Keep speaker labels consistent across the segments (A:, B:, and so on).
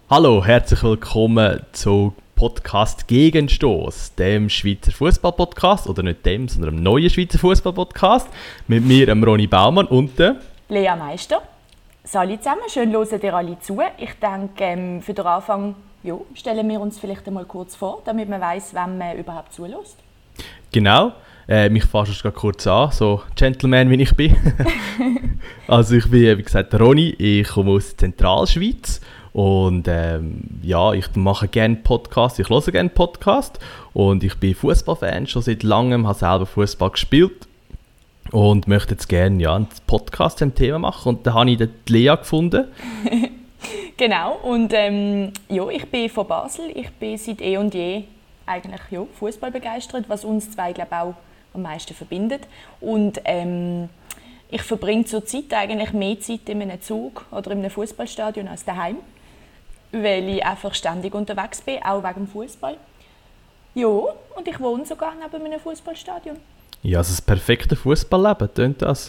A: Hallo, herzlich willkommen zu Podcast Gegenstoß, dem Schweizer Fußball-Podcast, oder nicht dem, sondern dem neuen Schweizer Fußball-Podcast, mit mir, Ronny Baumann und der
B: Lea Meister. Salut zusammen, schön hören ihr alle zu. Ich denke, für den Anfang stellen wir uns vielleicht einmal kurz vor, damit man weiss, wem man überhaupt zuhört.
A: Genau, mich fasst es gerade kurz an, so Gentleman wie ich bin. Also ich bin, wie gesagt, Ronny, ich komme aus der Zentralschweiz. Und ich mache gerne Podcasts, ich höre gerne Podcasts und ich bin Fußballfan schon seit langem, habe selber Fußball gespielt und möchte jetzt gerne einen Podcast zum Thema machen und da habe ich die Lea gefunden.
B: Genau, und ich bin von Basel, ich bin seit eh und je eigentlich Fußball begeistert, was uns zwei, glaube ich, auch am meisten verbindet. Und ich verbringe zurzeit eigentlich mehr Zeit in einem Zug oder in einem Fußballstadion als daheim, weil ich einfach ständig unterwegs bin, auch wegen dem Fußball. Ja, und ich wohne sogar neben einem Fußballstadion.
A: Ja, also das perfekte Fußballleben, tönt das?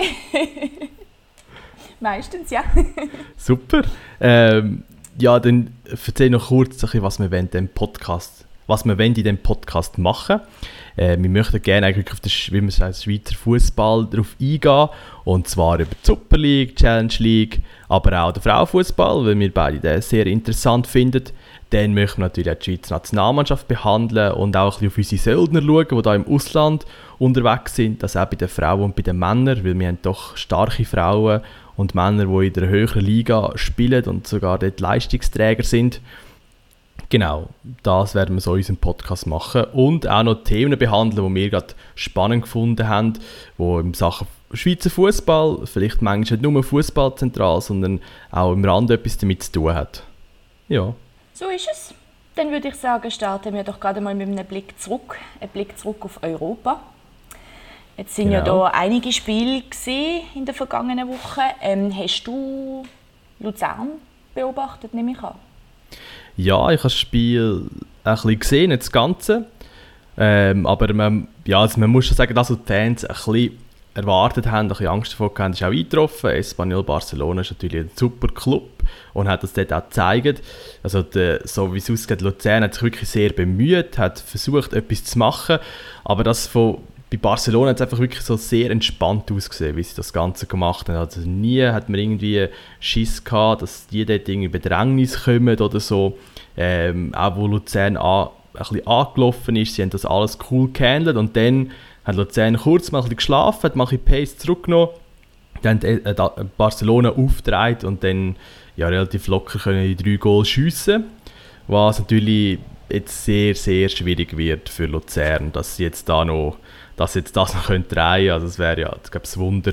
B: Meistens, ja.
A: Super. Dann erzähl noch kurz, was wir in diesem Podcast machen. Wir möchten gerne eigentlich auf den, wie man sagt, Schweizer Fußball darauf eingehen. Und zwar über die Super League, Challenge League, aber auch den Frauenfußball, weil wir beide den sehr interessant finden. Dann möchten wir natürlich auch die Schweizer Nationalmannschaft behandeln und auch ein bisschen auf unsere Söldner schauen, die hier im Ausland unterwegs sind. Das auch bei den Frauen und bei den Männern, weil wir haben doch starke Frauen und Männer, die in der höheren Liga spielen und sogar dort Leistungsträger sind. Genau, das werden wir so in unserem Podcast machen und auch noch Themen behandeln, die wir gerade spannend gefunden haben, die in Sachen Schweizer Fußball, vielleicht manchmal nicht nur Fußball zentral, sondern auch im Rand etwas damit zu tun hat. Ja.
B: So ist es. Dann würde ich sagen, starten wir doch gerade mal mit einem Blick zurück auf Europa. Jetzt sind ja da einige Spiele in der vergangenen Woche. Hast du Luzern beobachtet, nehme ich an?
A: Ja, ich habe das Spiel ein bisschen gesehen, nicht das Ganze. Aber man muss schon sagen, dass die Fans ein bisschen erwartet haben, ein bisschen Angst davor haben, ist auch eingetroffen. Espanyol Barcelona ist natürlich ein super Club und hat das dort auch gezeigt. Also so wie es aussieht, Luzern hat sich wirklich sehr bemüht, hat versucht, etwas zu machen. Aber bei Barcelona hat es einfach wirklich so sehr entspannt ausgesehen, wie sie das Ganze gemacht haben. Also nie hat man irgendwie Schiss gehabt, dass die dort in Bedrängnis kommen oder so. Auch wo Luzern ein bisschen angelaufen ist, sie haben das alles cool gehandelt und dann hat Luzern kurz mal ein bisschen geschlafen, hat mal ein bisschen Pace zurückgenommen, dann hat Barcelona aufgedreht und dann relativ locker können die 3 Goal schiessen, was natürlich jetzt sehr, sehr schwierig wird für Luzern, dass sie jetzt das noch drehen können. Also das wäre ja, ich glaube,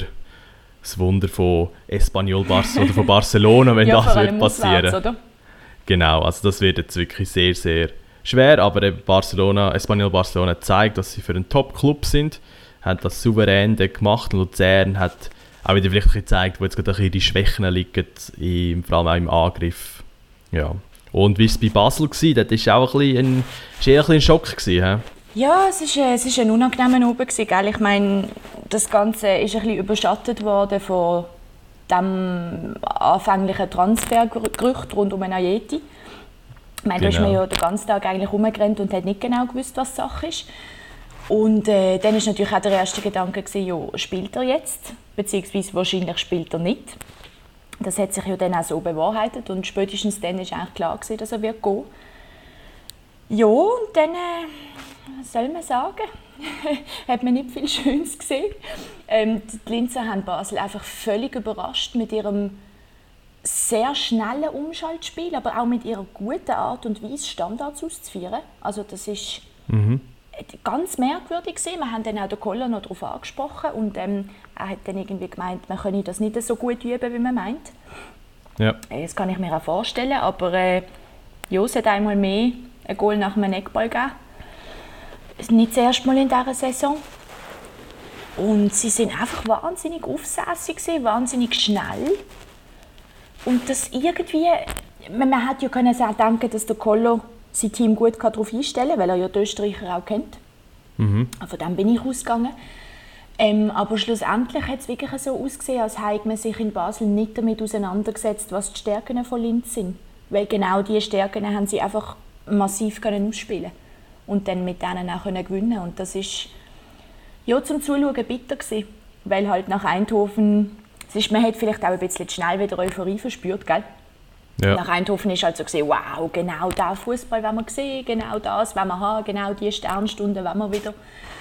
A: das Wunder von Espanyol oder von Barcelona, wenn das wird passieren.
B: Auswärts, oder?
A: Genau, also das wird jetzt wirklich sehr, sehr schwer, aber Espanyol Barcelona zeigt, dass sie für einen Top-Club sind, haben das souverän gemacht und Luzern hat auch wieder vielleicht gezeigt, wo jetzt gerade die Schwächen liegen, vor allem auch im Angriff. Ja. Und wie war es bei Basel? Das war auch eher ein bisschen ein Schock. He?
B: Ja, es ist ein unangenehmer Abend gewesen, gell? Ich meine, das Ganze ist ein bisschen überschattet worden von dem anfänglichen Transfergerücht rund um Ayeti. Ich meine, da ist man ja den ganzen Tag eigentlich rumgerannt und hat nicht genau gewusst, was Sache ist. Und dann war natürlich auch der erste Gedanke, spielt er jetzt? Beziehungsweise wahrscheinlich spielt er nicht. Das hat sich ja dann auch so bewahrheitet und spätestens dann war eigentlich klar, dass er wird gehen. Ja, und dann, was soll man sagen, hat man nicht viel Schönes gesehen. Die Linzer haben Basel einfach völlig überrascht mit ihrem sehr schnellen Umschaltspiel, aber auch mit ihrer guten Art und Weise, Standards auszuführen. Also das ist ganz merkwürdig gewesen. Wir haben dann auch den Koller noch darauf angesprochen und er hat dann irgendwie gemeint, man könne das nicht so gut üben, wie man meint.
A: Ja.
B: Das kann ich mir auch vorstellen, aber es hat einmal mehr ein Goal nach einem Eckball gegeben. Nicht das erste Mal in dieser Saison. Und sie sind einfach wahnsinnig aufsässig, wahnsinnig schnell. Und das irgendwie, man hätte ja können denken, dass der Koller sein Team gut darauf einstellen kann, weil er ja die Österreicher auch kennt. Von dem bin ich ausgegangen. Aber schlussendlich hat es wirklich so ausgesehen, als hätte man sich in Basel nicht damit auseinandergesetzt, was die Stärken von Linz sind. Weil genau diese Stärken haben sie einfach massiv können ausspielen und dann mit denen auch können gewinnen. Und das ist ja zum Zuschauen bitter gewesen, weil halt nach Eindhoven, man hat vielleicht auch ein bisschen schnell wieder Euphorie verspürt, gell? Ja. Nach Eindhoven ist halt so gesehen, wow, genau der Fußball wollen wir sehen, genau das wollen wir haben, genau diese Sternstunden wollen wir wieder.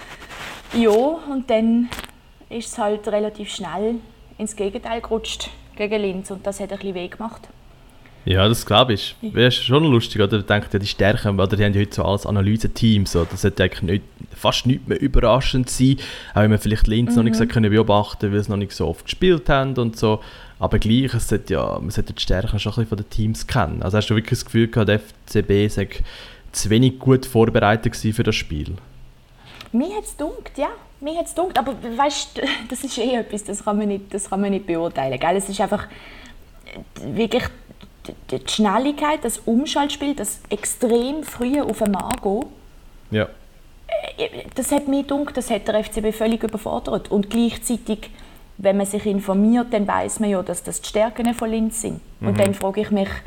B: Ja, und dann ist es halt relativ schnell ins Gegenteil gerutscht gegen Linz und das hat ein bisschen weh gemacht.
A: Ja, das glaube ich. Wäre schon lustig, oder? Ich denke, die Stärken, oder die haben ja heute so alles Analyse-Teams, so. Das sollte eigentlich fast nicht mehr überraschend sein, auch wenn wir vielleicht Linz noch nicht so können beobachten, weil sie noch nicht so oft gespielt haben und so. Aber gleich, man sollte die Stärken schon ein bisschen von den Teams kennen. Also hast du wirklich das Gefühl gehabt, der FCB sei zu wenig gut vorbereitet für das Spiel?
B: Mir hat es gedacht, ja. Mir hat es gedacht, aber weißt, das ist etwas, das kann man nicht beurteilen. Gell? Es ist einfach wirklich die Schnelligkeit, das Umschaltspiel, das extrem früh auf den Mann gehen. Ja. Das hat mir gedacht, das hat der FCB völlig überfordert. Und gleichzeitig, wenn man sich informiert, dann weiss man ja, dass das die Stärken von Linz sind. Und dann frage ich mich,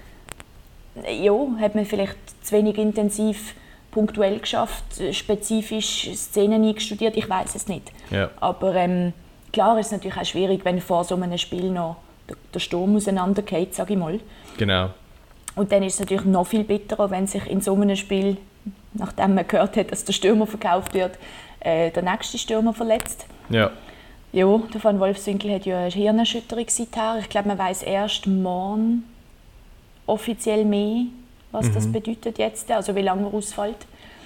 B: ja, hat man vielleicht zu wenig intensiv punktuell geschafft, spezifisch Szenen eingestudiert, ich weiß es nicht. Ja. Aber klar ist es natürlich auch schwierig, wenn vor so einem Spiel noch der Sturm auseinandergeht, sage ich mal.
A: Genau.
B: Und dann ist es natürlich noch viel bitterer, wenn sich in so einem Spiel, nachdem man gehört hat, dass der Stürmer verkauft wird, der nächste Stürmer verletzt. Ja. Ja, der Van Wolfswinkel hat ja eine Hirnerschütterung seither. Ich glaube, man weiß erst morgen offiziell mehr, was das bedeutet jetzt, also wie lange er ausfällt.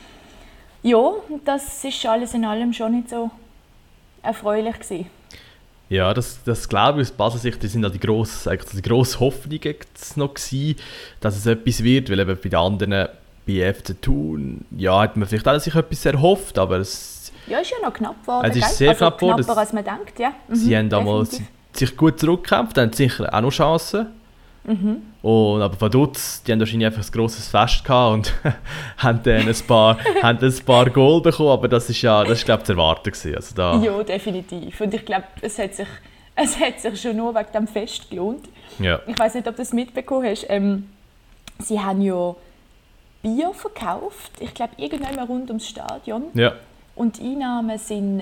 B: Ja, das ist alles in allem schon nicht so erfreulich gewesen.
A: Ja, das glaube ich aus Basel-Sicht, die sind ja die grosse Hoffnung noch gewesen, dass es etwas wird, weil eben bei den anderen, bei FC Thun, ja, hat man vielleicht auch sich etwas erhofft, aber es...
B: Ja, ist ja noch knapp geworden,
A: es ist sehr knapp geworden.
B: Knapper, als man denkt, ja.
A: Sie haben damals sich gut zurückgekämpft, haben sicher auch noch Chancen. Aber Vaduz, die haben wahrscheinlich einfach ein grosses Fest gehabt und haben dann ein paar Goal bekommen, aber das ist glaube ich, zu erwarten gewesen. Also da.
B: Ja, definitiv. Und ich glaube, es hat sich schon nur wegen dem Fest gelohnt. Ja. Ich weiß nicht, ob du das mitbekommen hast. Sie haben ja Bier verkauft, ich glaube, irgendwann rund ums Stadion. Ja. Und die Einnahmen sind,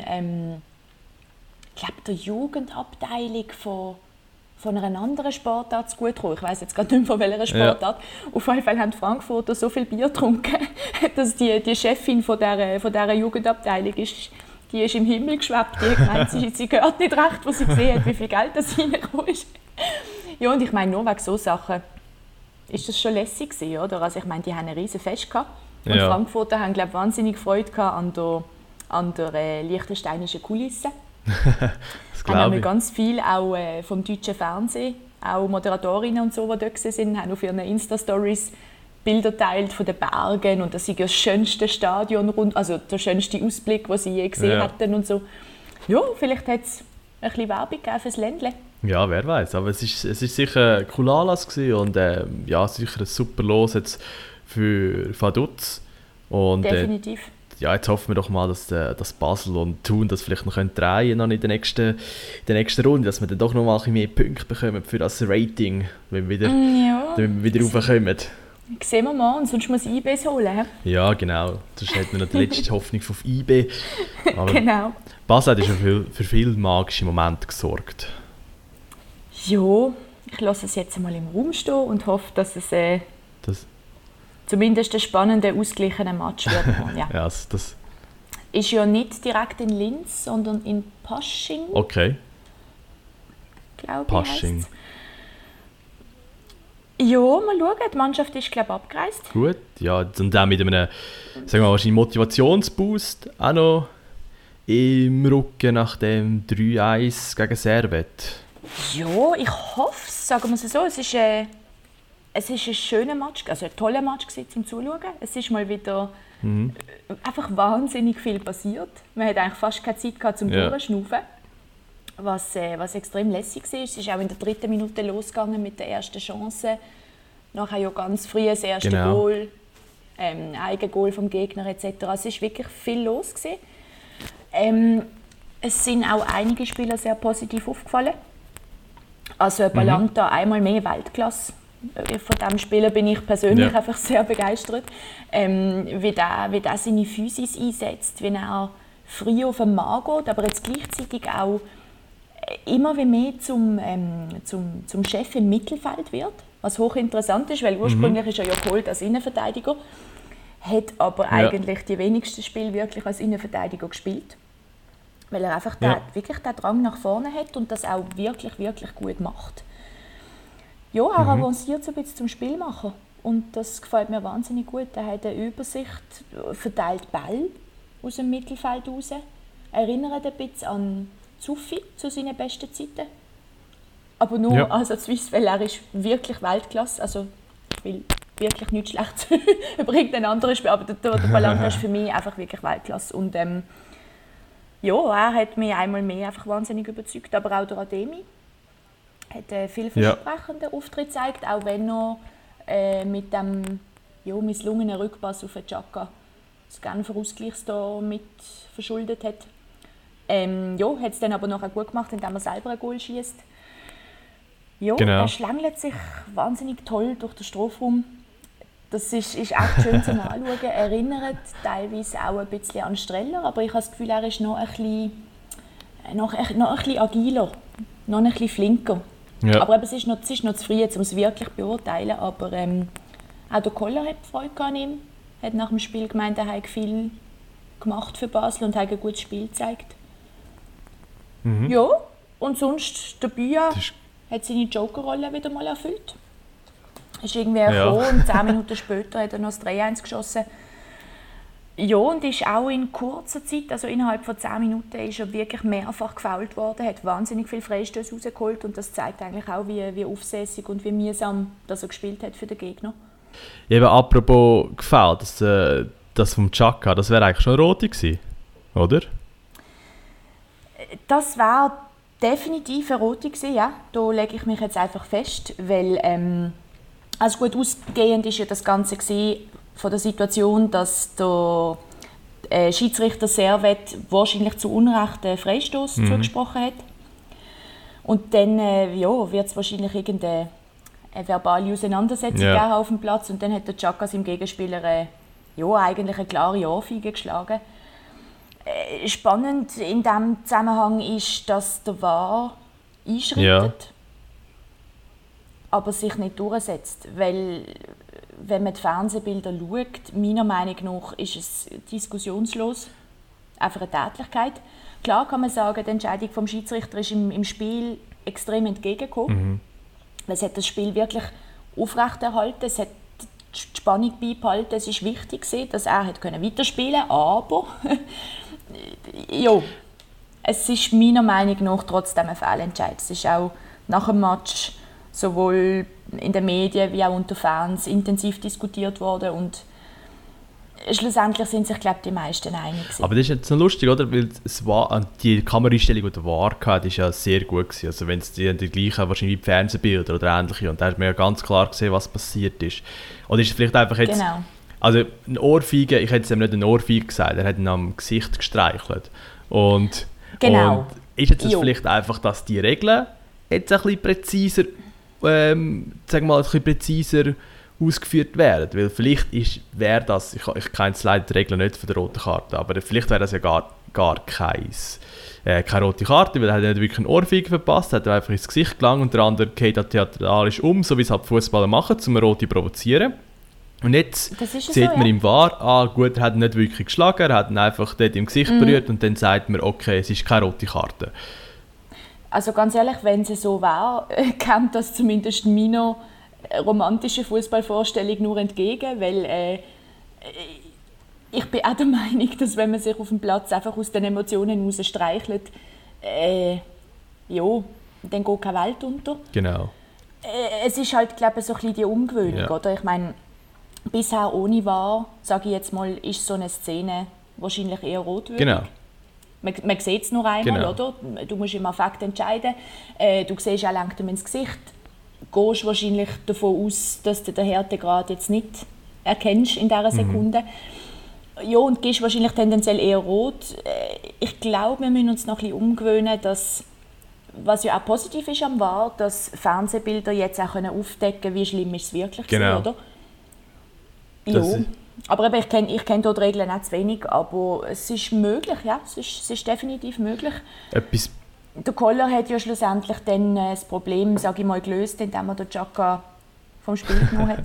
B: ich glaube, der Jugendabteilung von einer anderen Sportart zu gut kommen. Ich weiss jetzt gerade nicht mehr, von welcher Sportart. Ja. Auf jeden Fall haben die Frankfurter so viel Bier getrunken, dass die Chefin von dieser Jugendabteilung die ist im Himmel geschwebt. Die hat gemeint, sie hört nicht recht, was sie gesehen hat, wie viel Geld das reingekommen ist. Ja, und ich meine, nur wegen so Sachen ist das schon lässig gewesen, oder? Also ich meine, die haben ein riesen Fest gehabt. Und die Frankfurter haben, glaube ich, wahnsinnig Freude gehabt an der liechtensteinischen Kulisse. Haben wir ganz viel auch vom deutschen Fernsehen, auch Moderatorinnen und so, die dort waren, haben auf ihren Insta-Stories Bilder geteilt von den Bergen und das ist das schönste Stadion, also der schönste Ausblick, den sie je gesehen hatten und so. Ja, vielleicht hat es ein bisschen Werbung gegeben für das Ländle.
A: Ja, wer weiß, aber es ist sicher ein cooler Anlass gewesen und sicher ein super Los jetzt für Vaduz. Und,
B: definitiv.
A: Jetzt hoffen wir doch mal, dass Basel und Thun das vielleicht noch drehen können in der nächsten Runde, dass wir dann doch noch mal ein bisschen mehr Punkte bekommen für das Rating, wenn wir wieder raufkommen.
B: Sehen wir mal, und sonst muss IB es holen.
A: Ja, genau. Sonst hat man noch die letzte Hoffnung auf IB. Aber
B: genau.
A: Basel hat schon für viele magische Momente gesorgt.
B: Ja, ich lasse es jetzt mal im Raum stehen und hoffe, dass es zumindest ein spannender, ausgeglichener Match wird. Ja.
A: Ja, das
B: ist ja nicht direkt in Linz, sondern in Pasching.
A: Okay.
B: Glaube
A: Pasching.
B: Ich, ja, mal schauen. Die Mannschaft ist, glaube ich, abgereist.
A: Gut, ja, und auch mit einem, sagen wir mal, wahrscheinlich Motivationsboost auch noch im Rücken nach dem 3-1 gegen Servette.
B: Ja, ich hoffe es, sagen wir es so. Es ist ein schöner Match, also ein toller Match zum Zuschauen. Es ist mal wieder einfach wahnsinnig viel passiert. Man hat eigentlich fast keine Zeit gehabt zum Durchschnaufen, was extrem lässig war. Es ist auch in der 3. Minute losgegangen mit der ersten Chance. Nachher ja ganz früh das erste Goal, Eigengoal vom Gegner etc. Es ist wirklich viel los gewesen. Es sind auch einige Spieler sehr positiv aufgefallen. Also Balanta einmal mehr Weltklasse Von diesem Spieler bin ich persönlich einfach sehr begeistert. Wie der seine Physis einsetzt, wie er früh auf den Mann geht, aber jetzt gleichzeitig auch immer wie mehr zum Chef im Mittelfeld wird, was hochinteressant ist, weil ursprünglich ist er ja geholt als Innenverteidiger, hat aber eigentlich die wenigsten Spiele wirklich als Innenverteidiger gespielt, weil er einfach wirklich den Drang nach vorne hat und das auch wirklich, wirklich gut macht. Ja, er avanciert so ein bisschen zum Spielmacher und das gefällt mir wahnsinnig gut. Er hat eine Übersicht, verteilt Ball aus dem Mittelfeld raus, erinnert ein bisschen an Zuffi zu seinen besten Zeiten. Aber nur ansatzweise, weil er ist wirklich Weltklasse. Also ich will wirklich nichts Schlechtes über irgendeinen anderen Spiel, aber der Balanta ist für mich einfach wirklich Weltklasse. Und er hat mich einmal mehr einfach wahnsinnig überzeugt. Aber auch der Ademi hat einen vielversprechenden Auftritt gezeigt, auch wenn er mit dem misslungenen Rückpass auf den Xhaka das Genfer Ausgleichstor mit verschuldet hat. Hat es dann aber nachher gut gemacht, indem er selber ein Goal schießt. Ja, er schlängelt sich wahnsinnig toll durch den Strafraum. Das ist echt schön zum Anschauen. Erinnert teilweise auch ein bisschen an Streller, aber ich habe das Gefühl, er ist noch ein bisschen agiler, noch ein bisschen flinker. Ja. Aber es ist noch zu früh, um es wirklich zu beurteilen. Aber auch der Koller hat Freude an ihm. Er hat nach dem Spiel gemeint, er hat viel gemacht für Basel und hat ein gutes Spiel gezeigt. Ja, und sonst der Büa hat seine Joker-Rolle wieder mal erfüllt. Ist irgendwie gekommen und 10 Minuten später hat er noch das 3-1 geschossen. Ja, und ist auch in kurzer Zeit, also innerhalb von 10 Minuten, ist er wirklich mehrfach gefoult worden, hat wahnsinnig viele Freistöße rausgeholt und das zeigt eigentlich auch, wie aufsässig und wie mühsam dass er gespielt hat für den Gegner.
A: Eben apropos gefoult, das vom Xhaka, das wäre eigentlich schon eine rote gewesen, oder?
B: Das war definitiv eine rote gewesen, ja. Da lege ich mich jetzt einfach fest, weil also gut ausgehend ist ja das Ganze gewesen von der Situation, dass der Schiedsrichter Servet wahrscheinlich zu Unrecht einen Freistoß zugesprochen hat. Und dann wird es wahrscheinlich irgendeine verbale Auseinandersetzung geben auf dem Platz und dann hat der Xhaka seinem Gegenspieler eigentlich eine klare Ohrfeige geschlagen. Spannend in diesem Zusammenhang ist, dass der VAR einschreitet, aber sich nicht durchsetzt, weil wenn man die Fernsehbilder schaut, meiner Meinung nach ist es diskussionslos, einfach eine Tätlichkeit. Klar kann man sagen, die Entscheidung vom Schiedsrichter ist im Spiel extrem entgegengekommen. Es hat das Spiel wirklich aufrechterhalten, es hat die Spannung beibehalten. Es war wichtig, dass er weiterspielen konnte, aber es ist meiner Meinung nach trotzdem ein Fehlentscheid. Es ist auch nach dem Match sowohl in den Medien wie auch unter Fans intensiv diskutiert worden und schlussendlich sind sich, glaube ich, die meisten einig.
A: Aber das ist jetzt noch lustig, oder? Weil die Kameraeinstellung, die der VAR hatte, ist ja sehr gut gewesen. Also wenn es die gleichen wahrscheinlich wie Fernsehbilder oder ähnliche und da hat man ja ganz klar gesehen, was passiert ist. Oder ist es vielleicht einfach jetzt...
B: Genau.
A: Also eine Ohrfeige, ich hätte es ihm nicht eine Ohrfeige gesagt, er hat ihn am Gesicht gestreichelt. Und ist jetzt vielleicht einfach, dass die Regeln jetzt ein bisschen präziser, ausgeführt werden, weil vielleicht wäre das, ich kenne jetzt leider die Regeln nicht von der roten Karte, aber vielleicht wäre das ja gar keine rote Karte, weil er hat nicht wirklich einen Ohrfeige verpasst, hat einfach ins Gesicht gelangt und der andere geht theatralisch so wie es halt Fußballer machen, um eine rote provozieren. Und jetzt sieht man im VAR, gut, er hat ihn nicht wirklich geschlagen, er hat ihn einfach dort im Gesicht berührt und dann sagt man, okay, es ist keine rote Karte.
B: Also ganz ehrlich, wenn es so wäre, kommt das zumindest meiner romantischen Fußballvorstellung nur entgegen, weil ich bin auch der Meinung, dass wenn man sich auf dem Platz einfach aus den Emotionen heraus streichelt, dann geht keine Welt unter.
A: Genau.
B: Es ist halt, glaube ich, so ein bisschen die Umgewöhnung, oder? Ich meine, bisher ohne VAR, sage ich jetzt mal, ist so eine Szene wahrscheinlich eher rotwürdig. Genau. Man sieht es nur einmal, oder? Du musst im Affekt entscheiden. Du siehst auch langsam ins Gesicht. Du gehst wahrscheinlich davon aus, dass du den Härtegrad jetzt nicht erkennst in dieser Sekunde. Ja, und gehst wahrscheinlich tendenziell eher rot. Ich glaube, wir müssen uns noch ein bisschen umgewöhnen, dass was ja auch positiv ist am VAR, dass Fernsehbilder jetzt auch aufdecken können, wie schlimm ist es wirklich
A: genau.
B: oder? Ja, aber eben, ich kenn dort die Regeln nicht zu wenig, aber es ist möglich, ja, es ist definitiv möglich. Der Koller hat ja schlussendlich dann das Problem, sage ich mal, gelöst, indem er den Xhaka vom Spiel genommen hat.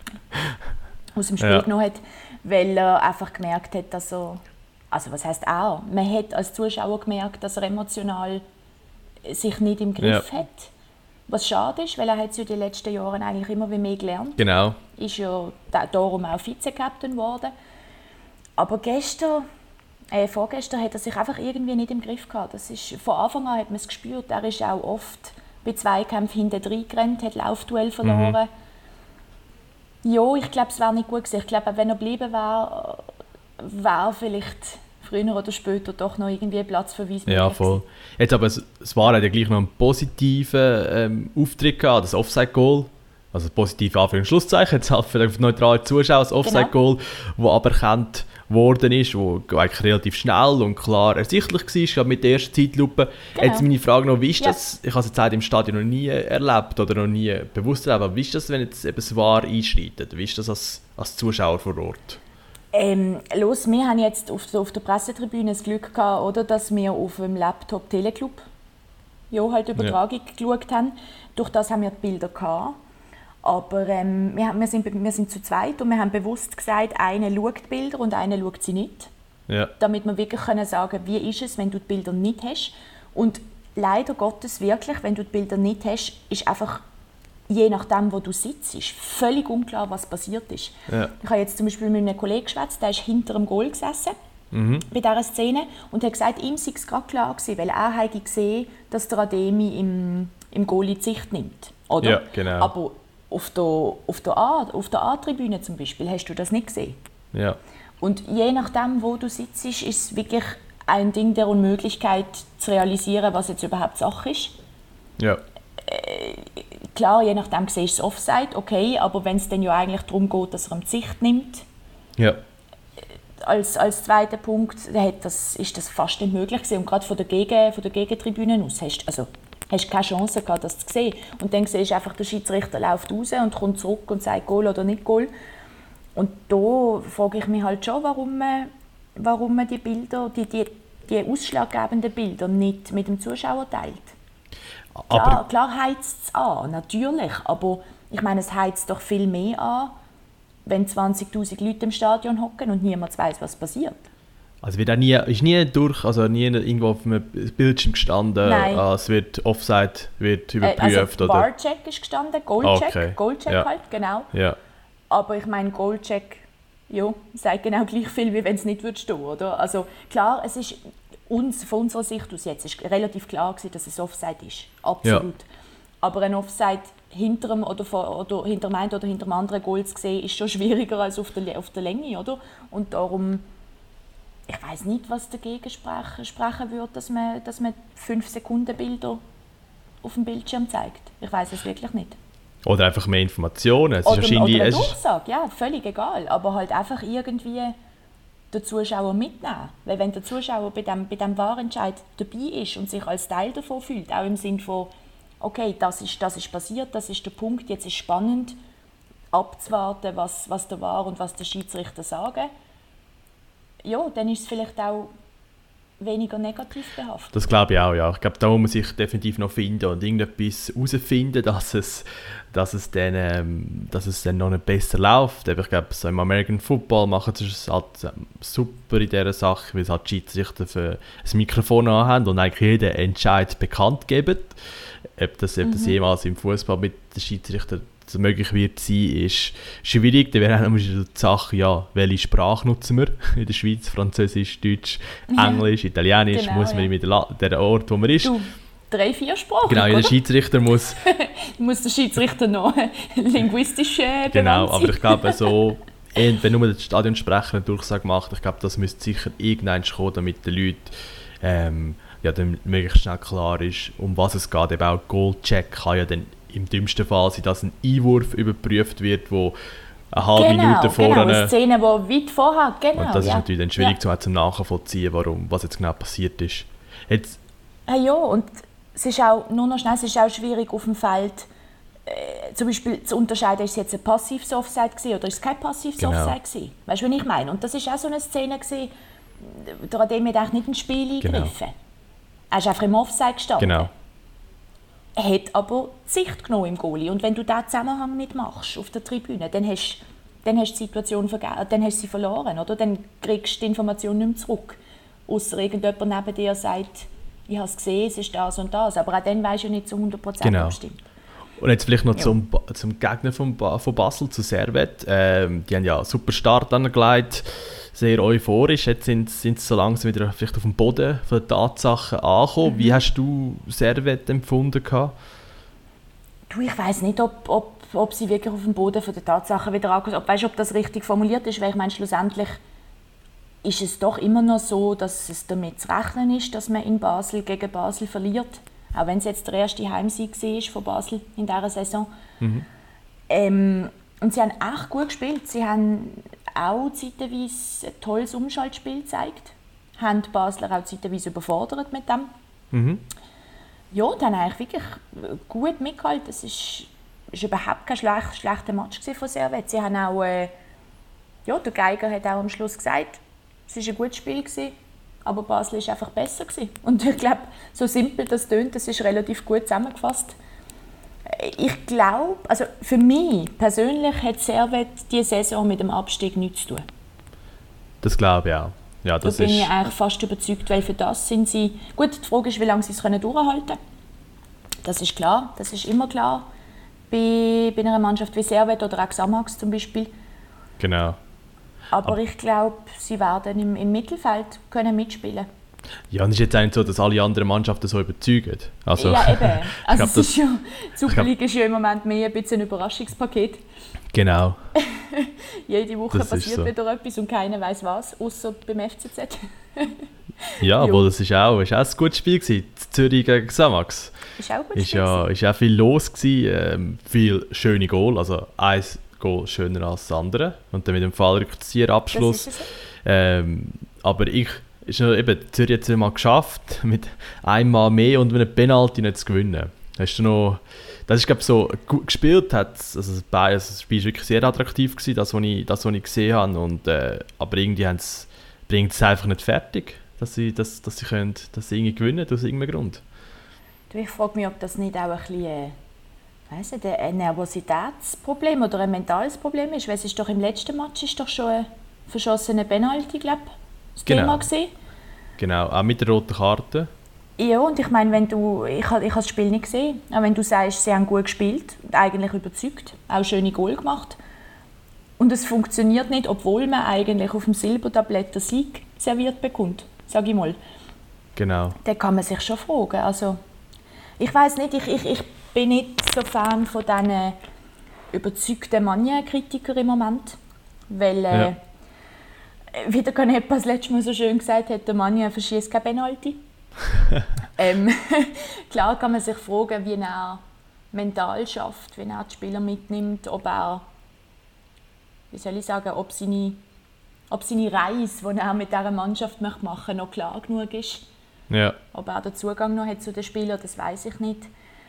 B: Aus dem Spiel genommen hat, weil er einfach gemerkt hat, dass er, also was heisst auch, man hat als Zuschauer gemerkt, dass er emotional sich nicht im Griff hat. Was schade ist, weil er hat in den letzten Jahren eigentlich immer mehr gelernt.
A: Genau.
B: Ist ja darum auch Vize-Captain geworden. Aber vorgestern hat er sich einfach irgendwie nicht im Griff gehabt. Das ist, von Anfang an hat man es gespürt. Er ist auch oft bei Zweikämpfen hinten reingerannt, hat Laufduell verloren. Ja, ich glaube, es wäre nicht gut gewesen. Ich glaube, wenn er geblieben wäre, wäre vielleicht früher oder später doch noch irgendwie Platzverweis.
A: Ja, voll. Jetzt aber, es war ja gleich noch einen positiven Auftritt gehabt, das Offside-Goal. Also positiv Anführungs- und Schlusszeichen, jetzt halt für den neutralen Zuschauer das Offside-Goal, das aberkannt worden ist, wo eigentlich relativ schnell und klar ersichtlich war, gerade mit der ersten Zeitlupe. Genau. Jetzt meine Frage noch, wie ist das, ich habe es jetzt seit im Stadion noch nie erlebt oder noch nie bewusst erlebt, aber wie ist das, wenn jetzt eben das VAR einschreitet? Wie ist das als Zuschauer vor Ort?
B: Wir haben jetzt auf der Pressetribüne das Glück gehabt, oder, dass wir auf dem Laptop Teleclub halt Übertragung geschaut haben. Durch das haben wir die Bilder gehabt. Aber wir sind zu zweit und wir haben bewusst gesagt, einer schaut die Bilder und einer schaut sie nicht. Ja. Damit wir wirklich sagen können, wie ist es, wenn du die Bilder nicht hast. Und leider Gottes wirklich, wenn du die Bilder nicht hast, ist einfach je nachdem, wo du sitzt, ist völlig unklar, was passiert ist. Ja. Ich habe jetzt zum Beispiel mit einem Kollegen geschwätzt, der ist hinter dem Goal gesessen bei dieser Szene und hat gesagt, ihm sei es gerade klar gewesen, weil er hatte gesehen, dass der Ademi im Goal in die Sicht nimmt. Oder?
A: Ja, genau.
B: Aber auf der A-Tribüne zum Beispiel hast du das nicht gesehen. Ja. Und je nachdem, wo du sitzt, ist es wirklich ein Ding der Unmöglichkeit zu realisieren, was jetzt überhaupt Sache ist. Ja. Klar, je nachdem siehst du das Offside, okay, aber wenn es dann ja eigentlich darum geht, dass er die Sicht nimmt, ja. Als zweiter Punkt ist das fast nicht möglich gewesen. Und gerade von der Gegentribüne aus hast du keine Chance gehabt, das zu sehen. Und dann siehst du einfach, der Schiedsrichter läuft raus und kommt zurück und sagt Goal oder nicht Goal. Und da frage ich mich halt schon, warum man die Bilder, die ausschlaggebenden Bilder nicht mit dem Zuschauer teilt. Klar heizt es an, natürlich, aber ich meine, es heizt doch viel mehr an, wenn 20'000 Leute im Stadion hocken und niemand weiß, was passiert.
A: Also nie irgendwo auf einem Bildschirm gestanden, es wird Offside wird überprüft?
B: Also Bar-Check ist gestanden, Goal-Check, Goal-Check halt, genau. Ja. Aber ich meine, Goal-Check, sagt genau gleich viel, wie wenn es nicht stehen würde, oder? Also klar, es ist von unserer Sicht aus jetzt ist relativ klar gewesen, dass es Offside ist. Absolut. Ja. Aber ein Offside hinter dem hinter dem anderen Goal zu sehen, ist schon schwieriger als auf der Länge, oder? Und darum, ich weiß nicht, was dagegen sprechen würde, dass man 5-Sekunden-Bilder auf dem Bildschirm zeigt. Ich weiß es wirklich nicht.
A: Oder einfach mehr Informationen.
B: Oder eine Durchsage, ja, völlig egal. Aber halt einfach irgendwie den Zuschauer mitnehmen. Weil wenn der Zuschauer bei dem Wahrentscheid dabei ist und sich als Teil davon fühlt, auch im Sinne von, okay, das ist passiert, das ist der Punkt, jetzt ist spannend abzuwarten, was der Wahr und was der Schiedsrichter sagen, ja, dann ist es vielleicht auch weniger negativ behaftet.
A: Das glaube ich auch, ja. Ich glaube, da muss man sich definitiv noch finden und irgendetwas herausfinden, dass es dann noch nicht besser läuft. Ich glaube, so im American Football machen sie es halt super in dieser Sache, weil sie halt die Schiedsrichter für ein Mikrofon anhaben und eigentlich jeden Entscheid bekannt geben. Ob das jemals im Fußball mit den Schiedsrichtern möglich wird sein, ist schwierig. Da wäre auch noch die Sache, ja, welche Sprache nutzen wir in der Schweiz? Französisch, Deutsch, Englisch, Italienisch, genau, muss man mit der Ort, wo man ist.
B: 3-4 Sprachen,
A: genau, jeder Schiedsrichter muss...
B: muss der Schiedsrichter noch linguistisch
A: genau, aber ich glaube so, wenn nur der Stadionsprecher eine Durchsage macht, ich glaube, das müsste sicher irgendwann kommen, damit den Leuten dann möglichst schnell klar ist, um was es geht. Eben auch Goal-Check kann ja dann im dümmsten Fall sein, dass ein Einwurf überprüft wird, wo eine halbe Minute vorher...
B: Genau, eine Szene, die weit vorher... Genau,
A: und das ist natürlich dann schwierig zum Nachvollziehen, was jetzt genau passiert ist.
B: Ja, und es ist auch, nur noch schnell, es ist auch schwierig auf dem Feld, zum Beispiel zu unterscheiden, ist es jetzt ein passives Offside gewesen, oder ist es kein passives Offside gewesen? Weißt du, was ich meine? Und das ist auch so eine Szene gewesen, daran dem hat nicht ins Spiel eingegriffen. Er ist einfach im Offside gestanden.
A: Genau.
B: Er hat aber die Sicht genommen im Goalie. Und wenn du diesen Zusammenhang nicht machst auf der Tribüne, dann hast du die Situation dann hast du sie verloren. Oder? Dann kriegst du die Information nicht mehr zurück. Ausser irgendjemand neben dir sagt, ich habe es gesehen, es ist das und das. Aber auch dann weisst du nicht zu 100% bestimmt.
A: Und jetzt vielleicht noch zum Gegner von Basel, zu Servette. Die haben ja einen super Start angelegt, sehr euphorisch. Jetzt sind sie so langsam wieder vielleicht auf dem Boden von den Tatsachen angekommen. Wie hast du Servette empfunden?
B: Ich weiss nicht, ob sie wirklich auf dem Boden von den Tatsachen wieder angekommen sind. Weißt du, ob das richtig formuliert ist? Weil ich meine, schlussendlich ist es doch immer noch so, dass es damit zu rechnen ist, dass man in Basel gegen Basel verliert. Auch wenn es jetzt der erste Heimsieg war von Basel in dieser Saison. Und sie haben echt gut gespielt. Sie haben auch zeitweise ein tolles Umschaltspiel gezeigt. Haben die Basler auch zeitweise überfordert mit dem. Ja, die haben eigentlich wirklich gut mitgehalten. Es war überhaupt kein schlechter Match von Servette. Sie haben auch, der Geiger hat auch am Schluss gesagt, es war ein gutes Spiel gewesen. Aber Basel war einfach besser gewesen. Und ich glaube, so simpel das tönt, das ist relativ gut zusammengefasst. Ich glaube, also für mich persönlich hat Servette diese Saison mit dem Abstieg nichts zu tun.
A: Das glaube ich auch. Ja, das
B: da bin ich eigentlich fast überzeugt, weil für das sind sie... Gut, die Frage ist, wie lange sie es durchhalten können. Das ist klar, das ist immer klar. Bei einer Mannschaft wie Servette oder auch Xamax zum Beispiel.
A: Genau.
B: Aber ich glaube, sie werden im Mittelfeld können mitspielen.
A: Ja, und es ist jetzt eigentlich so, dass alle anderen Mannschaften so überzeugen. Also,
B: ja, eben. Also
A: glaub,
B: die Superliga ist ja im Moment mehr ein bisschen ein Überraschungspaket.
A: Genau.
B: Jede Woche
A: das
B: passiert
A: so.
B: wieder etwas und keiner weiß was, außer beim FCZ.
A: Ja, aber das war auch ein gutes Spiel gewesen. Zürich gegen Xamax.
B: Ist auch ein gutes Spiel.
A: Ist auch viel los gewesen, viel schöne Goal, also ein Goal schöner als das andere. Und dann mit dem Fallrückzieher-Abschluss. Aber Zürich hat es mal geschafft, mit einmal mehr und mit einem Penalty nicht zu gewinnen. Hast du noch, das ist, glaube ich, so gut gespielt. Das Spiel war wirklich sehr attraktiv gewesen, das, was ich gesehen habe. Und, aber irgendwie bringt es einfach nicht fertig, dass sie irgendwie gewinnen aus irgendeinem Grund.
B: Ich frage mich, ob das nicht auch ein Nervositätsproblem oder ein mentales Problem ist. Weil es ist doch im letzten Match ist doch schon ein verschossener Penalty, glaube ich, das Thema gewesen.
A: Genau, auch mit der roten Karte.
B: Ja, und ich meine, ich habe das Spiel nicht gesehen, aber wenn du sagst, sie haben gut gespielt, eigentlich überzeugt, auch schöne Goal gemacht und es funktioniert nicht, obwohl man eigentlich auf dem Silbertablett den Sieg serviert bekommt, sage ich mal.
A: Genau.
B: Dann kann man sich schon fragen. Also, ich weiß nicht, ich bin nicht so Fan von diesen überzeugten Mania-Kritikern im Moment, weil wie der Canepa das letzte Mal so schön gesagt hat, der Mania verschießt kein Penalty. Klar kann man sich fragen, wie er mental schafft, wie er die Spieler mitnimmt, ob er, wie soll ich sagen, ob seine Reise, die er mit dieser Mannschaft machen möchte, noch klar genug ist.
A: Ja.
B: Ob er den Zugang noch hat zu den Spielern, das weiß ich nicht.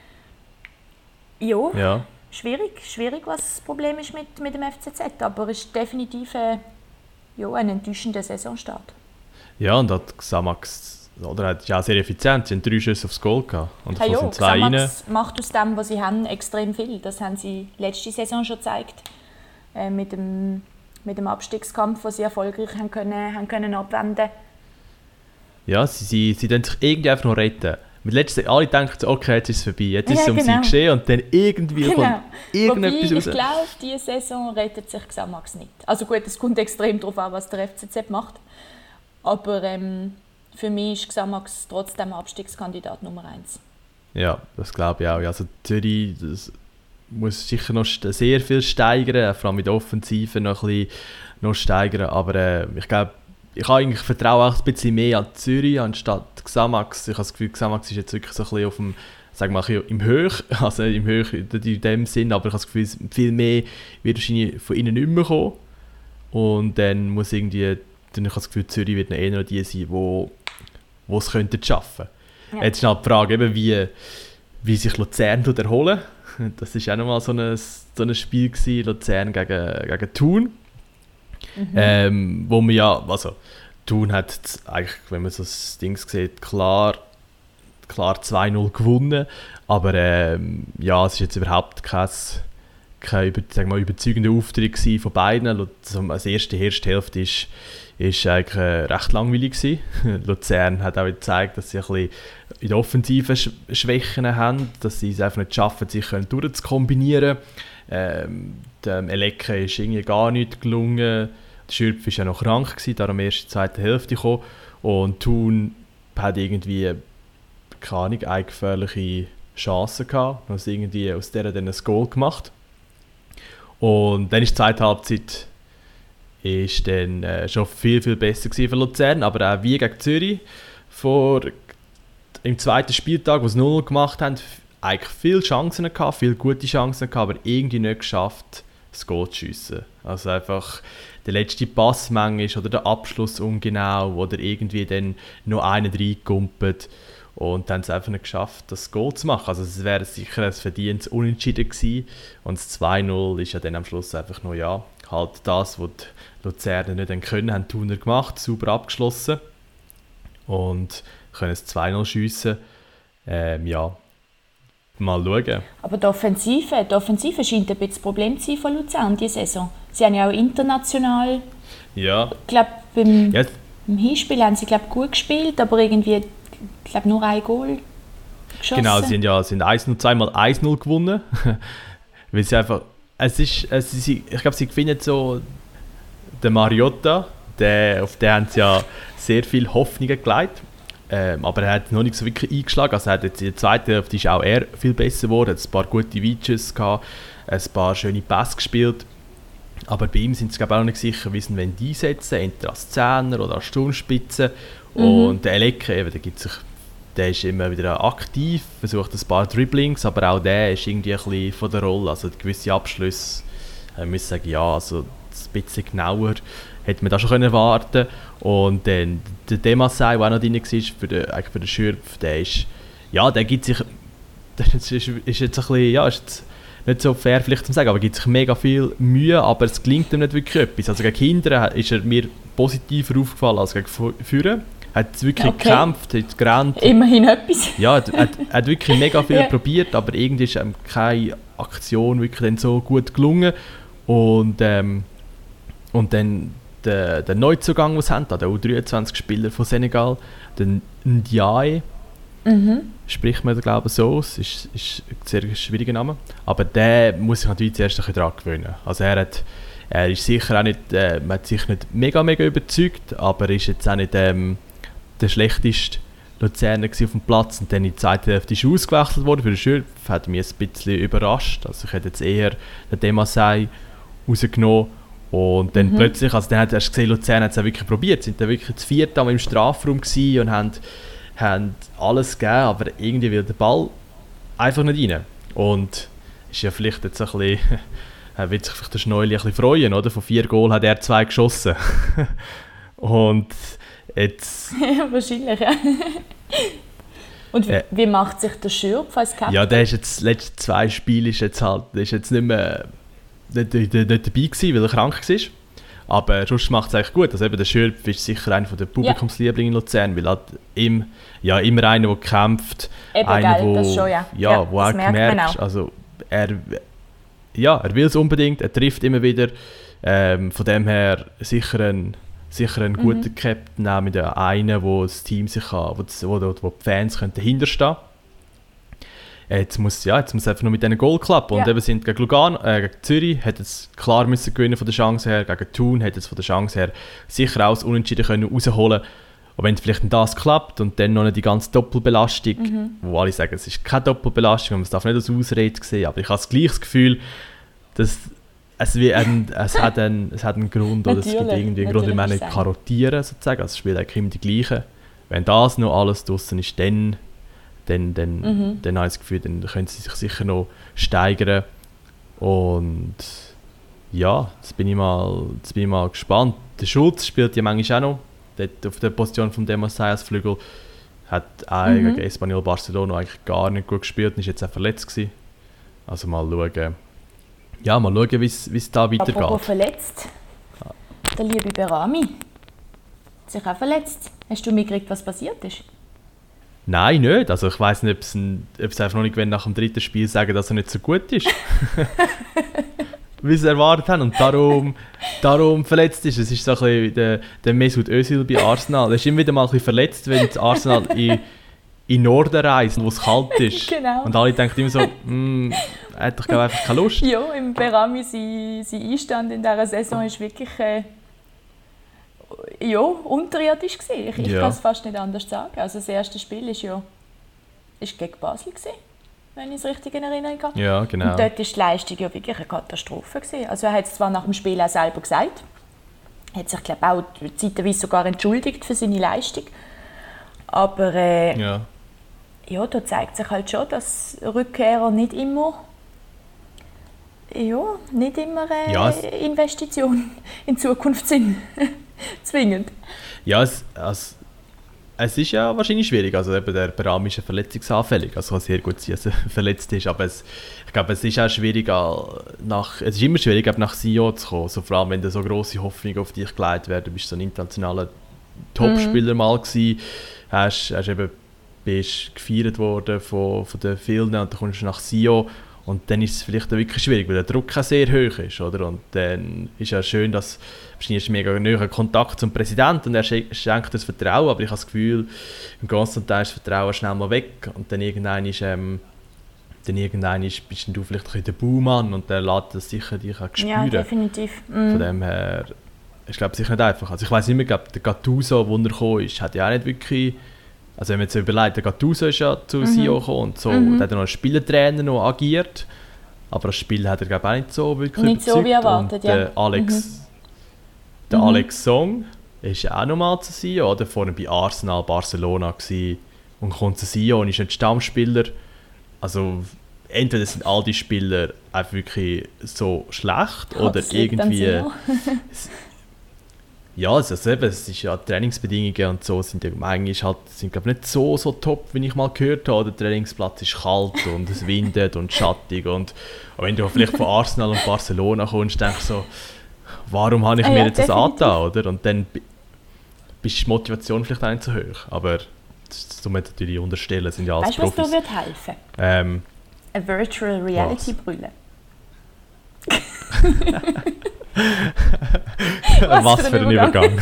B: Ja. Schwierig, was das Problem ist mit dem FCZ, aber es ist definitiv ein enttäuschender Saisonstart.
A: Ja, und hat Xamax hat ja sehr effizient. Sie haben 3 Schüsse aufs Goal gehabt. Und davon sind 2 rein.
B: Xamax macht aus dem, was sie haben, extrem viel. Das haben sie letzte Saison schon gezeigt. Mit dem Abstiegskampf, den sie erfolgreich haben können abwenden.
A: Ja, sie können sich irgendwie einfach noch retten. Alle denken, okay, jetzt ist es vorbei, jetzt ist es um sie geschehen und dann irgendwie kommt irgendetwas raus.
B: Ich glaube, diese Saison rettet sich Xamax nicht. Also gut, es kommt extrem darauf an, was der FCZ macht. Aber für mich ist Xamax trotzdem Abstiegskandidat Nummer 1. Ja,
A: das glaube ich auch. Also Zürich muss sicher noch sehr viel steigern, vor allem mit der Offensive noch ein bisschen noch steigern. Aber ich glaube, ich vertraue auch ein bisschen mehr an Zürich anstatt Xamax. Ich habe das Gefühl, Xamax ist jetzt wirklich so ein bisschen auf dem, sagen wir mal, im Höch, also im Höch in dem Sinn, aber ich habe das Gefühl, viel mehr wird wahrscheinlich von ihnen nicht mehr kommen. Und dann ich habe das Gefühl, Zürich wird eher noch die sein, die es schaffen könnten.
B: Ja.
A: Jetzt ist halt die Frage, eben, wie sich Luzern erholen. Das war auch nochmal so ein Spiel gewesen, Luzern gegen Thun. Wo man ja, also Thun hat eigentlich, wenn man so das Ding sieht, klar 2-0 gewonnen, aber ja, es ist jetzt überhaupt kein überzeugender Auftritt gewesen von beiden. Die erste Hälfte ist eigentlich recht langweilig gewesen. Luzern hat auch gezeigt, dass sie ein bisschen in der Offensive Schwächen haben, dass sie es einfach nicht schaffen, sich durchzukombinieren. Dem Eleke ist irgendwie gar nicht gelungen. Der Schürpf war ja noch krank gewesen, darum erst in der zweiten Hälfte gekommen. Und Thun hat irgendwie keine gefährliche Chance gehabt. Also irgendwie aus der dann ein Goal gemacht. Und dann ist die zweite Halbzeit ist dann schon viel, viel besser gewesen für Luzern, aber auch wie gegen Zürich im zweiten Spieltag, wo sie 0 gemacht haben, eigentlich viele Chancen gehabt, viele gute Chancen gehabt, aber irgendwie nicht geschafft, das Goal zu schiessen. Also einfach der letzte Pass manchmal oder der Abschluss ungenau oder irgendwie dann noch einen reingekumpelt und dann haben sie einfach nicht geschafft, das Goal zu machen. Also es wäre sicher ein verdientes Unentschieden gewesen und das 2-0 ist ja dann am Schluss einfach nur halt das, was die Luzerner nicht können, haben die Thuner gemacht, super abgeschlossen und können es 2-0 schiessen. Mal schauen.
B: Aber die Offensive scheint ein bisschen das Problem zu sein von Luzern diese Saison. Sie haben ja auch international, ich glaube, beim Hinspiel haben sie gut gespielt, aber irgendwie nur ein Goal geschossen.
A: Genau, sie sind zweimal 1-0 gewonnen. Weil sie einfach, ich glaube, sie gewinnen so den Mariotta, auf den haben sie ja sehr viel Hoffnungen gelegt. Aber er hat noch nicht so wirklich eingeschlagen. Also er hat jetzt in der zweiten Hälfte ist auch er viel besser geworden. Er hat ein paar gute Weitschüsse gehabt, ein paar schöne Pässe gespielt. Aber bei ihm sind sie auch noch nicht sicher, wie sie ihn einsetzen, entweder als Zehner oder als Sturmspitze. Und der Eleke, der ist immer wieder aktiv, versucht ein paar Dribblings, aber auch der ist irgendwie ein bisschen von der Rolle. Also gewisse Abschlüsse, ich muss sagen, also ein bisschen genauer hätte man das schon erwarten können. Und dann der Demassai, der auch noch drin war, für den Schürpf, der gibt sich, das ist jetzt ein bisschen, ist jetzt nicht so fair vielleicht zu sagen, aber gibt sich mega viel Mühe, aber es gelingt ihm nicht wirklich etwas. Also gegen Kinder ist er mir positiver aufgefallen als gegen Führen. Er hat wirklich gekämpft, hat gerannt.
B: Immerhin etwas.
A: Ja, er hat wirklich mega viel probiert, aber irgendwie ist keine Aktion wirklich dann so gut gelungen. Und dann der Neuzugang, den sie haben, der U23-Spieler von Senegal, der Ndiaye, spricht man glaube ich so, es ist ein sehr schwieriger Name, aber der muss sich natürlich zuerst ein bisschen daran gewöhnen. Also er ist sicher auch nicht, man hat sich nicht mega überzeugt, aber er ist jetzt auch nicht der schlechteste Luzerner auf dem Platz, und dann in der zweiten Hälfte ist er ausgewechselt worden für den Schürpf, hat mich ein bisschen überrascht, also ich hätte jetzt eher den Demassai rausgenommen. Und dann plötzlich, also dann hast du gesehen, Luzern hat es auch wirklich probiert, sind dann wirklich zu viert im Strafraum gewesen und haben alles gegeben, aber irgendwie will der Ball einfach nicht rein. Und ist ja vielleicht jetzt ein bisschen, wird sich vielleicht der Schneuli ein bisschen freuen, oder? Von 4 Goal hat er 2 geschossen. Und jetzt...
B: Wahrscheinlich, ja. Und wie macht sich der Schürpf als Captain?
A: Ja, der ist jetzt, die letzten 2 Spiele ist jetzt nicht mehr... nicht dabei gewesen, weil er krank war. Aber sonst macht es eigentlich gut. Also eben der Schürpf ist sicher einer der Publikumslieblinge in Luzern, weil halt immer einer, der kämpft,
B: eben,
A: einer,
B: wo
A: auch merkt, also er will es unbedingt, er trifft immer wieder. Von dem her sicher ein guter Captain, auch mit einem, wo das Team sich kann, wo die Fans dahinter stehen. Jetzt muss einfach nur mit diesen Goal klappen. Und eben sind gegen Lugano, gegen Zürich, hätte es klar müssen gewinnen von der Chance her, gegen Thun hätte es von der Chance her sicher auch das Unentschieden können rausholen. Und wenn vielleicht das klappt und dann noch die ganze Doppelbelastung, wo alle sagen, es ist keine Doppelbelastung, man darf nicht als Ausrede sehen, aber ich habe das gleiche Gefühl, dass es hat einen Grund, oder es gibt irgendwie einen Grund, wie man nicht karottieren sozusagen. Also es spielt eigentlich immer die gleichen. Wenn das noch alles draussen ist, dann habe ich das Gefühl, dann können sie sich sicher noch steigern. Und ja, jetzt bin ich mal gespannt. Der Schulz spielt ja manchmal auch noch, dort auf der Position von Demassai als Flügel. Hat auch gegen Espanyol Barcelona eigentlich gar nicht gut gespielt und ist jetzt auch verletzt gewesen. Also mal schauen, wie es da weitergeht.
B: Apropos verletzt, der liebe Berami hat sich auch verletzt. Hast du mitgekriegt, was passiert ist?
A: Nein, nicht. Also ich weiss nicht, ob es einfach noch nicht nach dem dritten Spiel sagen, dass er nicht so gut ist. Wie sie erwartet haben. Und darum verletzt ist. Es ist so ein bisschen der Mesut Özil bei Arsenal. Er ist immer wieder mal ein bisschen verletzt, wenn das Arsenal in Norden reist, wo es kalt ist.
B: Genau.
A: Und alle denken immer so, er hat doch einfach keine Lust.
B: Ja, im Berami sein Einstand in dieser Saison ist wirklich unterirdisch gewesen. Ich kann es fast nicht anders sagen. Also das erste Spiel ist gegen Basel gewesen, wenn ich es richtig in Erinnerung habe.
A: Ja, genau.
B: Und dort war die Leistung ja wirklich eine Katastrophe gewesen. Also er hat es zwar nach dem Spiel auch selber gesagt, hat sich glaube auch zeitweise sogar entschuldigt für seine Leistung, aber da zeigt sich halt schon, dass Rückkehrer nicht immer Investitionen in Zukunft sind. Zwingend.
A: Ja, es ist ja wahrscheinlich schwierig. Also eben der Berami ist verletzungsanfällig. Also kann sehr gut sein, dass er verletzt ist. Aber ich glaube, es ist auch schwierig, es ist immer schwierig, nach Sion zu kommen. So, vor allem, wenn da so grosse Hoffnungen auf dich gelegt werden. Du bist so ein internationaler Topspieler mal gewesen. Bist gefeiert worden von den vielen und dann kommst du nach Sion. Und dann ist es vielleicht auch wirklich schwierig, weil der Druck auch sehr hoch ist. Oder? Und dann ist es schön, dass wahrscheinlich mega naher Kontakt zum Präsidenten und er schenkt das Vertrauen, aber ich habe das Gefühl, im ganzen Teil ist das Vertrauen schnell mal weg und dann irgendwann bist du vielleicht ein bisschen der Baumann und der lässt das sicher dich auch spüren.
B: Ja, definitiv.
A: Von dem her, ich glaube, sicher nicht einfach. Also ich weiss nicht mehr, der Gattuso, wo er gekommen ist, hat ja auch nicht wirklich. Also wenn man jetzt überlegt, der Gattuso ist ja zu Sion gekommen und so, und hat er noch als Spielertrainer noch agiert, aber das Spiel hat er glaube ich auch nicht so wirklich
B: nicht
A: überzeugt.
B: So wie erwartet,
A: und der Alex Song ist ja auch nochmal zu Sion, oder? Vorher bei Arsenal, Barcelona gewesen, und kommt zu Sion und ist ein Stammspieler. Also entweder sind all die Spieler einfach wirklich so schlecht oder irgendwie. Ja, also es ist ja Trainingsbedingungen und so sind ja manchmal glaube nicht so top, wie ich mal gehört habe. Der Trainingsplatz ist kalt und es windet und schattig und wenn du vielleicht von Arsenal und Barcelona kommst, denkst du so, warum habe ich mir jetzt das angetan, oder? Und dann bist die Motivation vielleicht auch nicht so hoch, aber das muss man natürlich unterstellen, sind ja alles Profis.
B: Weißt du, was dir helfen? Eine Virtual Reality Brille.
A: Was für ein Übergang.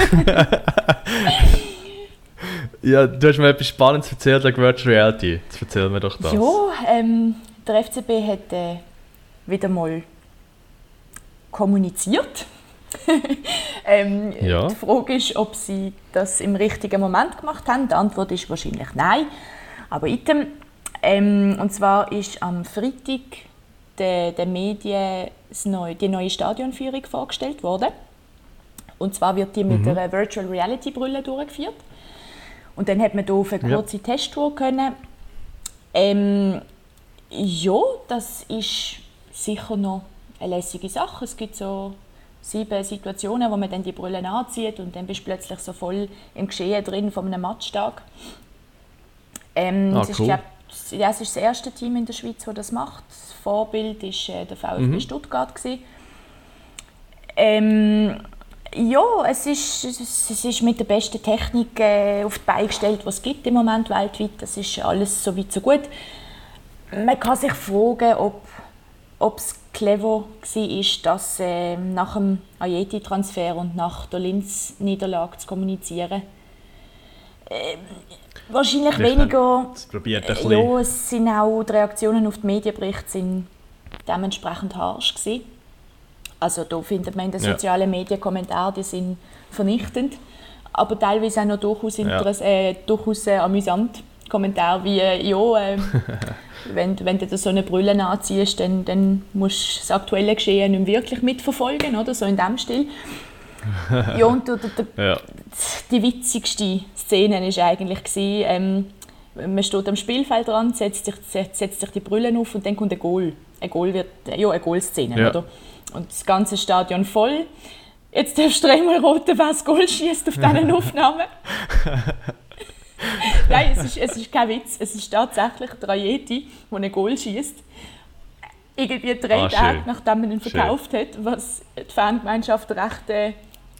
A: Ja, du hast mir etwas Spannendes erzählt wegen Virtual Reality. Jetzt erzähl mir doch das.
B: Ja, der FCB hat wieder mal kommuniziert. Die Frage ist, ob sie das im richtigen Moment gemacht haben. Die Antwort ist wahrscheinlich nein. Aber item. Und zwar ist am Freitag den Medien die neue Stadionführung vorgestellt worden. Und zwar wird die mit einer Virtual Reality Brille durchgeführt. Und dann hat man hier auf eine kurze Testtour können. Das ist sicher noch eine lässige Sache. Es gibt so 7 Situationen, wo man dann die Brille anzieht und dann bist du plötzlich so voll im Geschehen drin von einem Matchtag. Das ist das erste Team in der Schweiz, das das macht. Das Vorbild war der VfB Stuttgart. Es ist mit der besten Technik auf die Beine gestellt, die es gibt im Moment weltweit. Das ist alles so weit so gut. Man kann sich fragen, ob es clever war, das nach dem Ajeti-Transfer und nach der Linz-Niederlage zu kommunizieren. Wahrscheinlich weniger. Ja, es sind auch die Reaktionen auf die Medienberichte sind dementsprechend harsch gewesen. Also da findet man in den sozialen Medien Kommentare, die sind vernichtend, aber teilweise auch noch durchaus amüsant. Kommentare wie wenn du so eine Brille anziehst, dann musst du das aktuelle Geschehen nicht wirklich mitverfolgen, oder so in diesem Stil. Ja, und die witzigste Szene war eigentlich, man steht am Spielfeld dran, setzt sich die Brille auf und dann kommt ein Goal. Eine Goal-Szene, oder? Und das ganze Stadion voll. Jetzt darfst du dreimal roten, wer das Goal schießt auf diesen Aufnahmen. Nein, es ist kein Witz. Es ist tatsächlich der Ajeti, der ein Goal schießt. Irgendwie 3 Tage, nachdem man ihn verkauft hat, was die Fangemeinschaft recht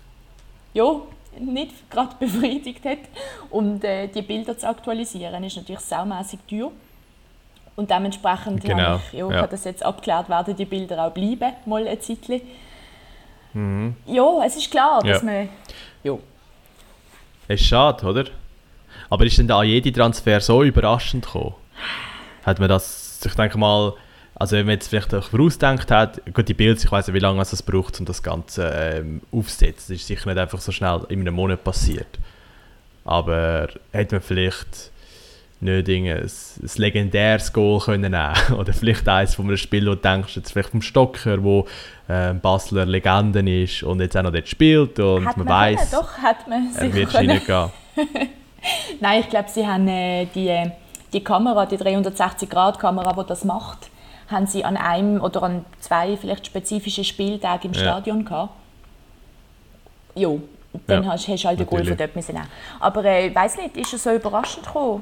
B: nicht gerade befriedigt hat. Und die Bilder zu aktualisieren, ist natürlich saumässig teuer. Und dementsprechend habe ich das jetzt abgeklärt, werden die Bilder auch bleiben, mal ein Zeitchen. Mhm. Ja, es ist klar, dass man... Ja.
A: Es ist schade, oder? Aber ist denn der Ajeti-Transfer so überraschend gekommen? Hat man das, ich denke mal, also wenn man jetzt vielleicht auch vorausgedacht hat, gut, die Bilder, ich weiss nicht, wie lange es braucht, um das Ganze aufzusetzen. Das ist sicher nicht einfach so schnell in einem Monat passiert. Aber hätte man vielleicht nicht ein legendäres Goal können nehmen oder vielleicht eines von einem Spiel, wo du denkst, jetzt vielleicht vom Stocker, wo Basler Legende ist und jetzt auch noch dort spielt und man weiss,
B: doch, hat man
A: er wird reingehen.
B: Nein, ich glaube, sie haben die Kamera, die 360-Grad-Kamera, die das macht, haben sie an einem oder an 2 vielleicht spezifischen Spieltagen im Stadion gehabt. Ja, dann hast du halt den Goal von dort müssen nehmen. Aber ich weiss nicht, ist es so überraschend gekommen?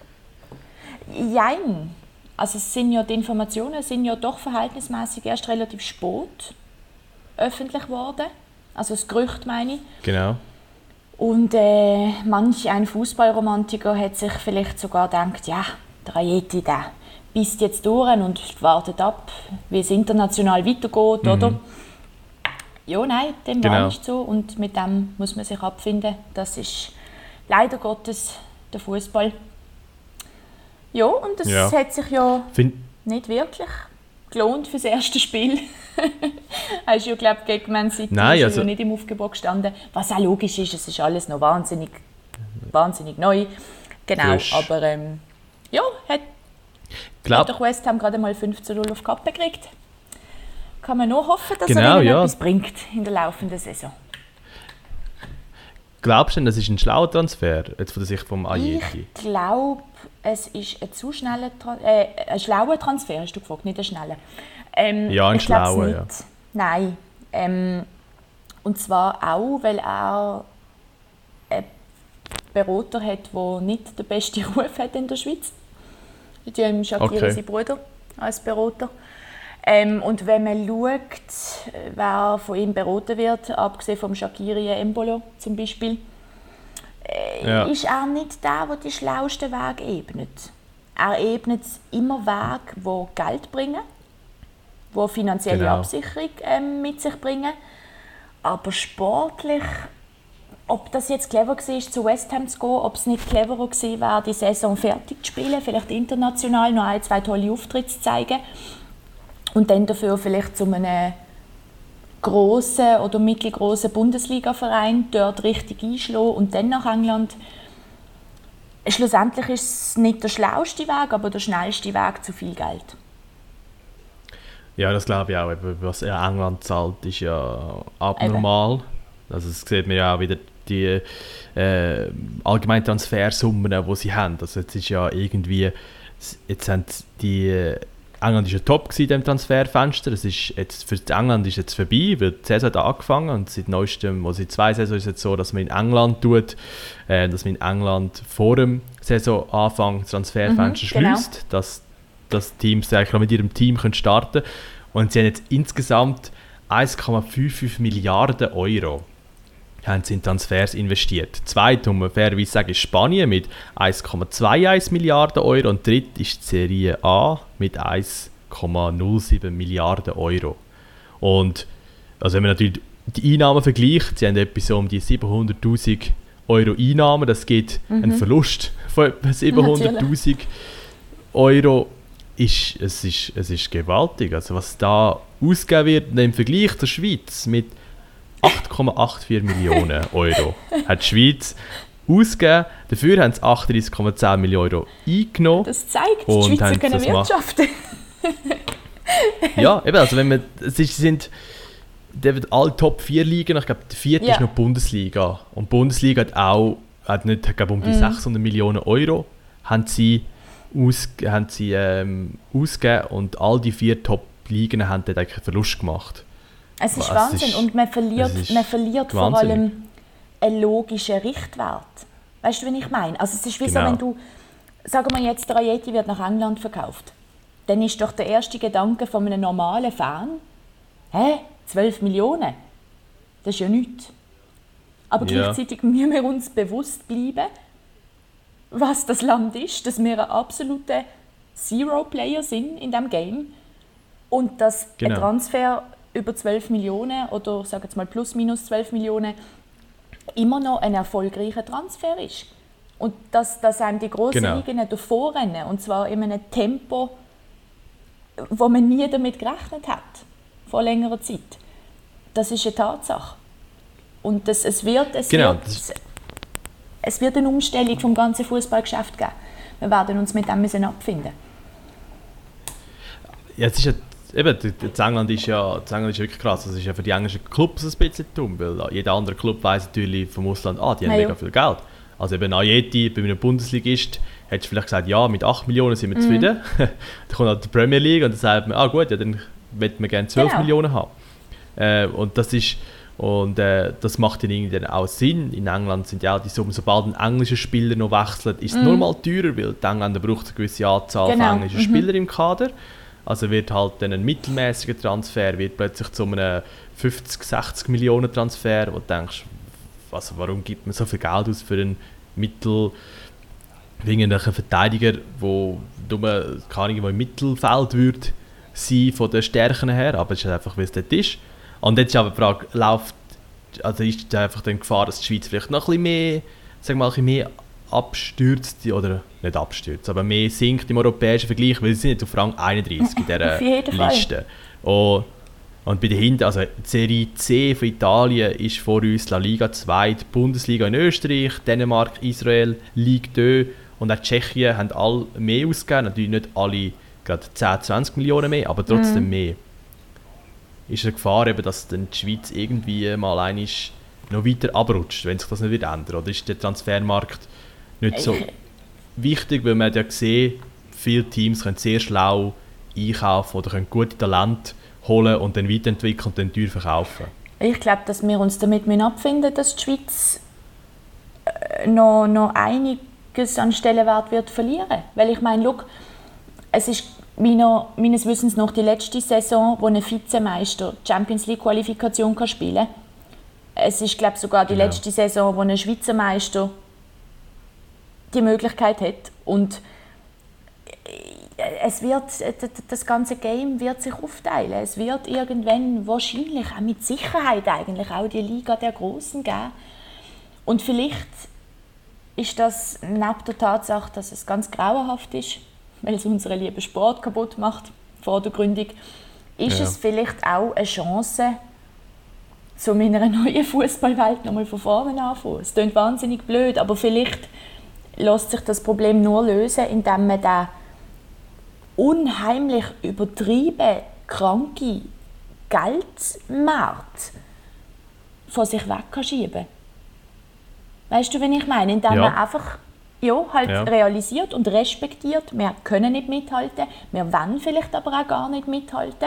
B: Jein. Also die Informationen sind ja doch verhältnismäßig erst relativ spät öffentlich geworden. Also das Gerücht meine ich.
A: Genau.
B: Und manch ein Fußballromantiker hat sich vielleicht sogar gedacht, ja, der Ajeti, der beißt jetzt durch und wartet ab, wie es international weitergeht, oder? Ja, nein, dem war nicht so. Und mit dem muss man sich abfinden. Das ist leider Gottes der Fußball. Ja, und das hat sich nicht wirklich gelohnt für das erste Spiel. Er ist ja, glaube ich, gegen Man City nicht im Aufgebot gestanden. Was auch logisch ist, es ist alles noch wahnsinnig neu. Genau, frisch. Aber hat doch West Ham gerade mal 5:0 auf die Kappe gekriegt. Kann man nur hoffen, dass er etwas bringt in der laufenden Saison.
A: Glaubst du denn, das ist ein schlauer Transfer, jetzt von der Sicht vom Ajeti?
B: Ich glaube, es ist ein zu schneller ein schlauer Transfer, hast du gefragt, nicht ein schneller.
A: Ein schlauer, ja.
B: Nein. Und zwar auch, weil er einen Berater hat, der nicht den besten Ruf hat in der Schweiz. Die haben Shaqiri, sein Bruder, als Berater. Und wenn man schaut, wer von ihm beraten wird, abgesehen vom Shaqiri Embolo zum Beispiel, ist er nicht der die schlauesten Wege ebnet. Er ebnet immer Wege, die Geld bringen, die finanzielle Absicherung mit sich bringen. Aber sportlich, ob das jetzt clever war, zu West Ham zu gehen, ob es nicht cleverer gewesen wäre, die Saison fertig zu spielen, vielleicht international noch 1, 2 tolle Auftritte zu zeigen und dann dafür vielleicht zu einem grossen oder mittelgroßen Bundesliga-Verein dort richtig einschlagen und dann nach England. Schlussendlich ist es nicht der schlauste Weg, aber der schnellste Weg zu viel Geld.
A: Ja, das glaube ich auch. Was er England zahlt, ist ja abnormal. Eben. Also das sieht man ja auch wieder die allgemeinen Transfersummen, die sie haben. Also jetzt ist ja irgendwie, jetzt haben die England war ja top in diesem Transferfenster. Es ist jetzt, für England ist jetzt vorbei, weil die Saison hat angefangen und seit neuestem, seit 2 Saisons ist es jetzt so, dass man in England dass man in England vor dem Saisonanfang das Transferfenster schließt, dass Teams eigentlich mit ihrem Team starten können. Und sie haben jetzt insgesamt 1,55 Milliarden Euro haben sie in Transfers investiert. Zweit, muss man fairerweise sagen, ist Spanien mit 1,21 Milliarden Euro und dritt ist die Serie A mit 1,07 Milliarden Euro. Und also wenn man natürlich die Einnahmen vergleicht, sie haben etwas so um die 700'000 Euro Einnahmen, das gibt einen Verlust von etwa 700'000 Euro. Es ist gewaltig. Also was da ausgegeben wird im Vergleich zur Schweiz mit 8,84 Millionen Euro hat die Schweiz ausgegeben. Dafür haben sie 38,10 Millionen Euro eingenommen.
B: Das zeigt, die Schweizer können wirtschaften.
A: Ja, eben, also wenn man, sind alle Top 4 Ligen, ich glaube, die vierte ist noch die Bundesliga. Und die Bundesliga hat nicht, ich glaube, um die 600 Millionen Euro haben sie ausgegeben und all die 4 Top-Ligen haben dort eigentlich einen Verlust gemacht.
B: Es ist Wahnsinn und man verliert vor allem einen logischen Richtwert. Weißt du, was ich meine? Also es ist wie
A: Genau.
B: so, wenn du, sagen wir jetzt, der Ajeti wird nach England verkauft, dann ist doch der erste Gedanke von einem normalen Fan, 12 Millionen, das ist ja nichts. Aber gleichzeitig müssen wir uns bewusst bleiben, was das Land ist, dass wir ein absoluter Zero-Player sind in diesem Game und dass ein Transfer über 12 Millionen oder sage jetzt mal plus minus 12 Millionen immer noch ein erfolgreicher Transfer ist. Und dass einem die grossen Ligen davor rennen, und zwar in einem Tempo, wo man nie damit gerechnet hat, vor längerer Zeit. Das ist eine Tatsache. Und es wird eine Umstellung vom ganzen Fußballgeschäft geben. Wir werden uns mit dem abfinden.
A: Ja, es ist ja, eben, das England ist wirklich krass. Das ist ja für die englischen Clubs ein bisschen dumm, weil jeder andere Club weiss natürlich vom Ausland, die haben mega viel Geld. Also eben Ajeti, bei einem Bundesligist, hättest du vielleicht gesagt, ja, mit 8 Millionen sind wir zufrieden. Dann kommt halt die Premier League und dann sagt man, gut, ja, dann möchten wir gerne 12 Millionen haben. Das macht dann irgendwie auch Sinn. In England sind ja auch die Summen, sobald ein englischer Spieler noch wechselt, ist es normal teurer, weil die Engländer brauchen eine gewisse Anzahl von englischen Spielern im Kader. Also wird halt dann ein mittelmäßiger Transfer wird plötzlich zu einem 50-60 Millionen Transfer, wo du denkst, also warum gibt man so viel Geld aus für einen Verteidiger, der im Mittelfeld würde sein von den Stärken her, aber es ist einfach, wie es dort ist. Und jetzt ist aber die Frage, ist einfach die Gefahr, dass die Schweiz vielleicht noch ein bisschen mehr abstürzt, oder nicht abstürzt, aber mehr sinkt im europäischen Vergleich, weil sie sind nicht auf Rang 31 in dieser Liste. Und bei den also die Serie C von Italien ist vor uns La Liga 2, die Bundesliga in Österreich, Dänemark, Israel, Ligue 2 und auch Tschechien haben alle mehr ausgegeben, natürlich nicht alle gerade 10-20 Millionen mehr, aber trotzdem mehr. Ist eine Gefahr, eben, dass dann die Schweiz irgendwie mal noch weiter abrutscht, wenn sich das nicht wieder ändert? Oder ist der Transfermarkt nicht so wichtig, weil man hat ja gesehen, viele Teams können sehr schlau einkaufen oder können gute Talente holen und dann weiterentwickeln und dann teuer verkaufen? Ich
B: glaube, dass wir uns damit abfinden müssen, dass die Schweiz noch einiges an Stellenwert wird verlieren. Weil ich meine, schau, es ist meines Wissens noch die letzte Saison, wo ein Vizemeister die Champions League Qualifikation spielen kann. Es ist, glaube ich, sogar die letzte Saison, wo ein Schweizer Meister die Möglichkeit hat. Und das ganze Game wird sich aufteilen. Es wird irgendwann wahrscheinlich, auch mit Sicherheit eigentlich, auch die Liga der Großen geben. Und vielleicht ist das neben der Tatsache, dass es ganz grauenhaft ist, weil es unseren lieben Sport kaputt macht, vor der Gründung, ist es vielleicht auch eine Chance, in einer neuen Fußballwelt nochmal von vorne anfangen. Es klingt wahnsinnig blöd, aber vielleicht lässt sich das Problem nur lösen, indem man den unheimlich übertrieben kranke Geldmarkt von sich wegschieben kann. Weißt du, was ich meine? Indem man einfach realisiert und respektiert, wir können nicht mithalten, wir wollen vielleicht aber auch gar nicht mithalten.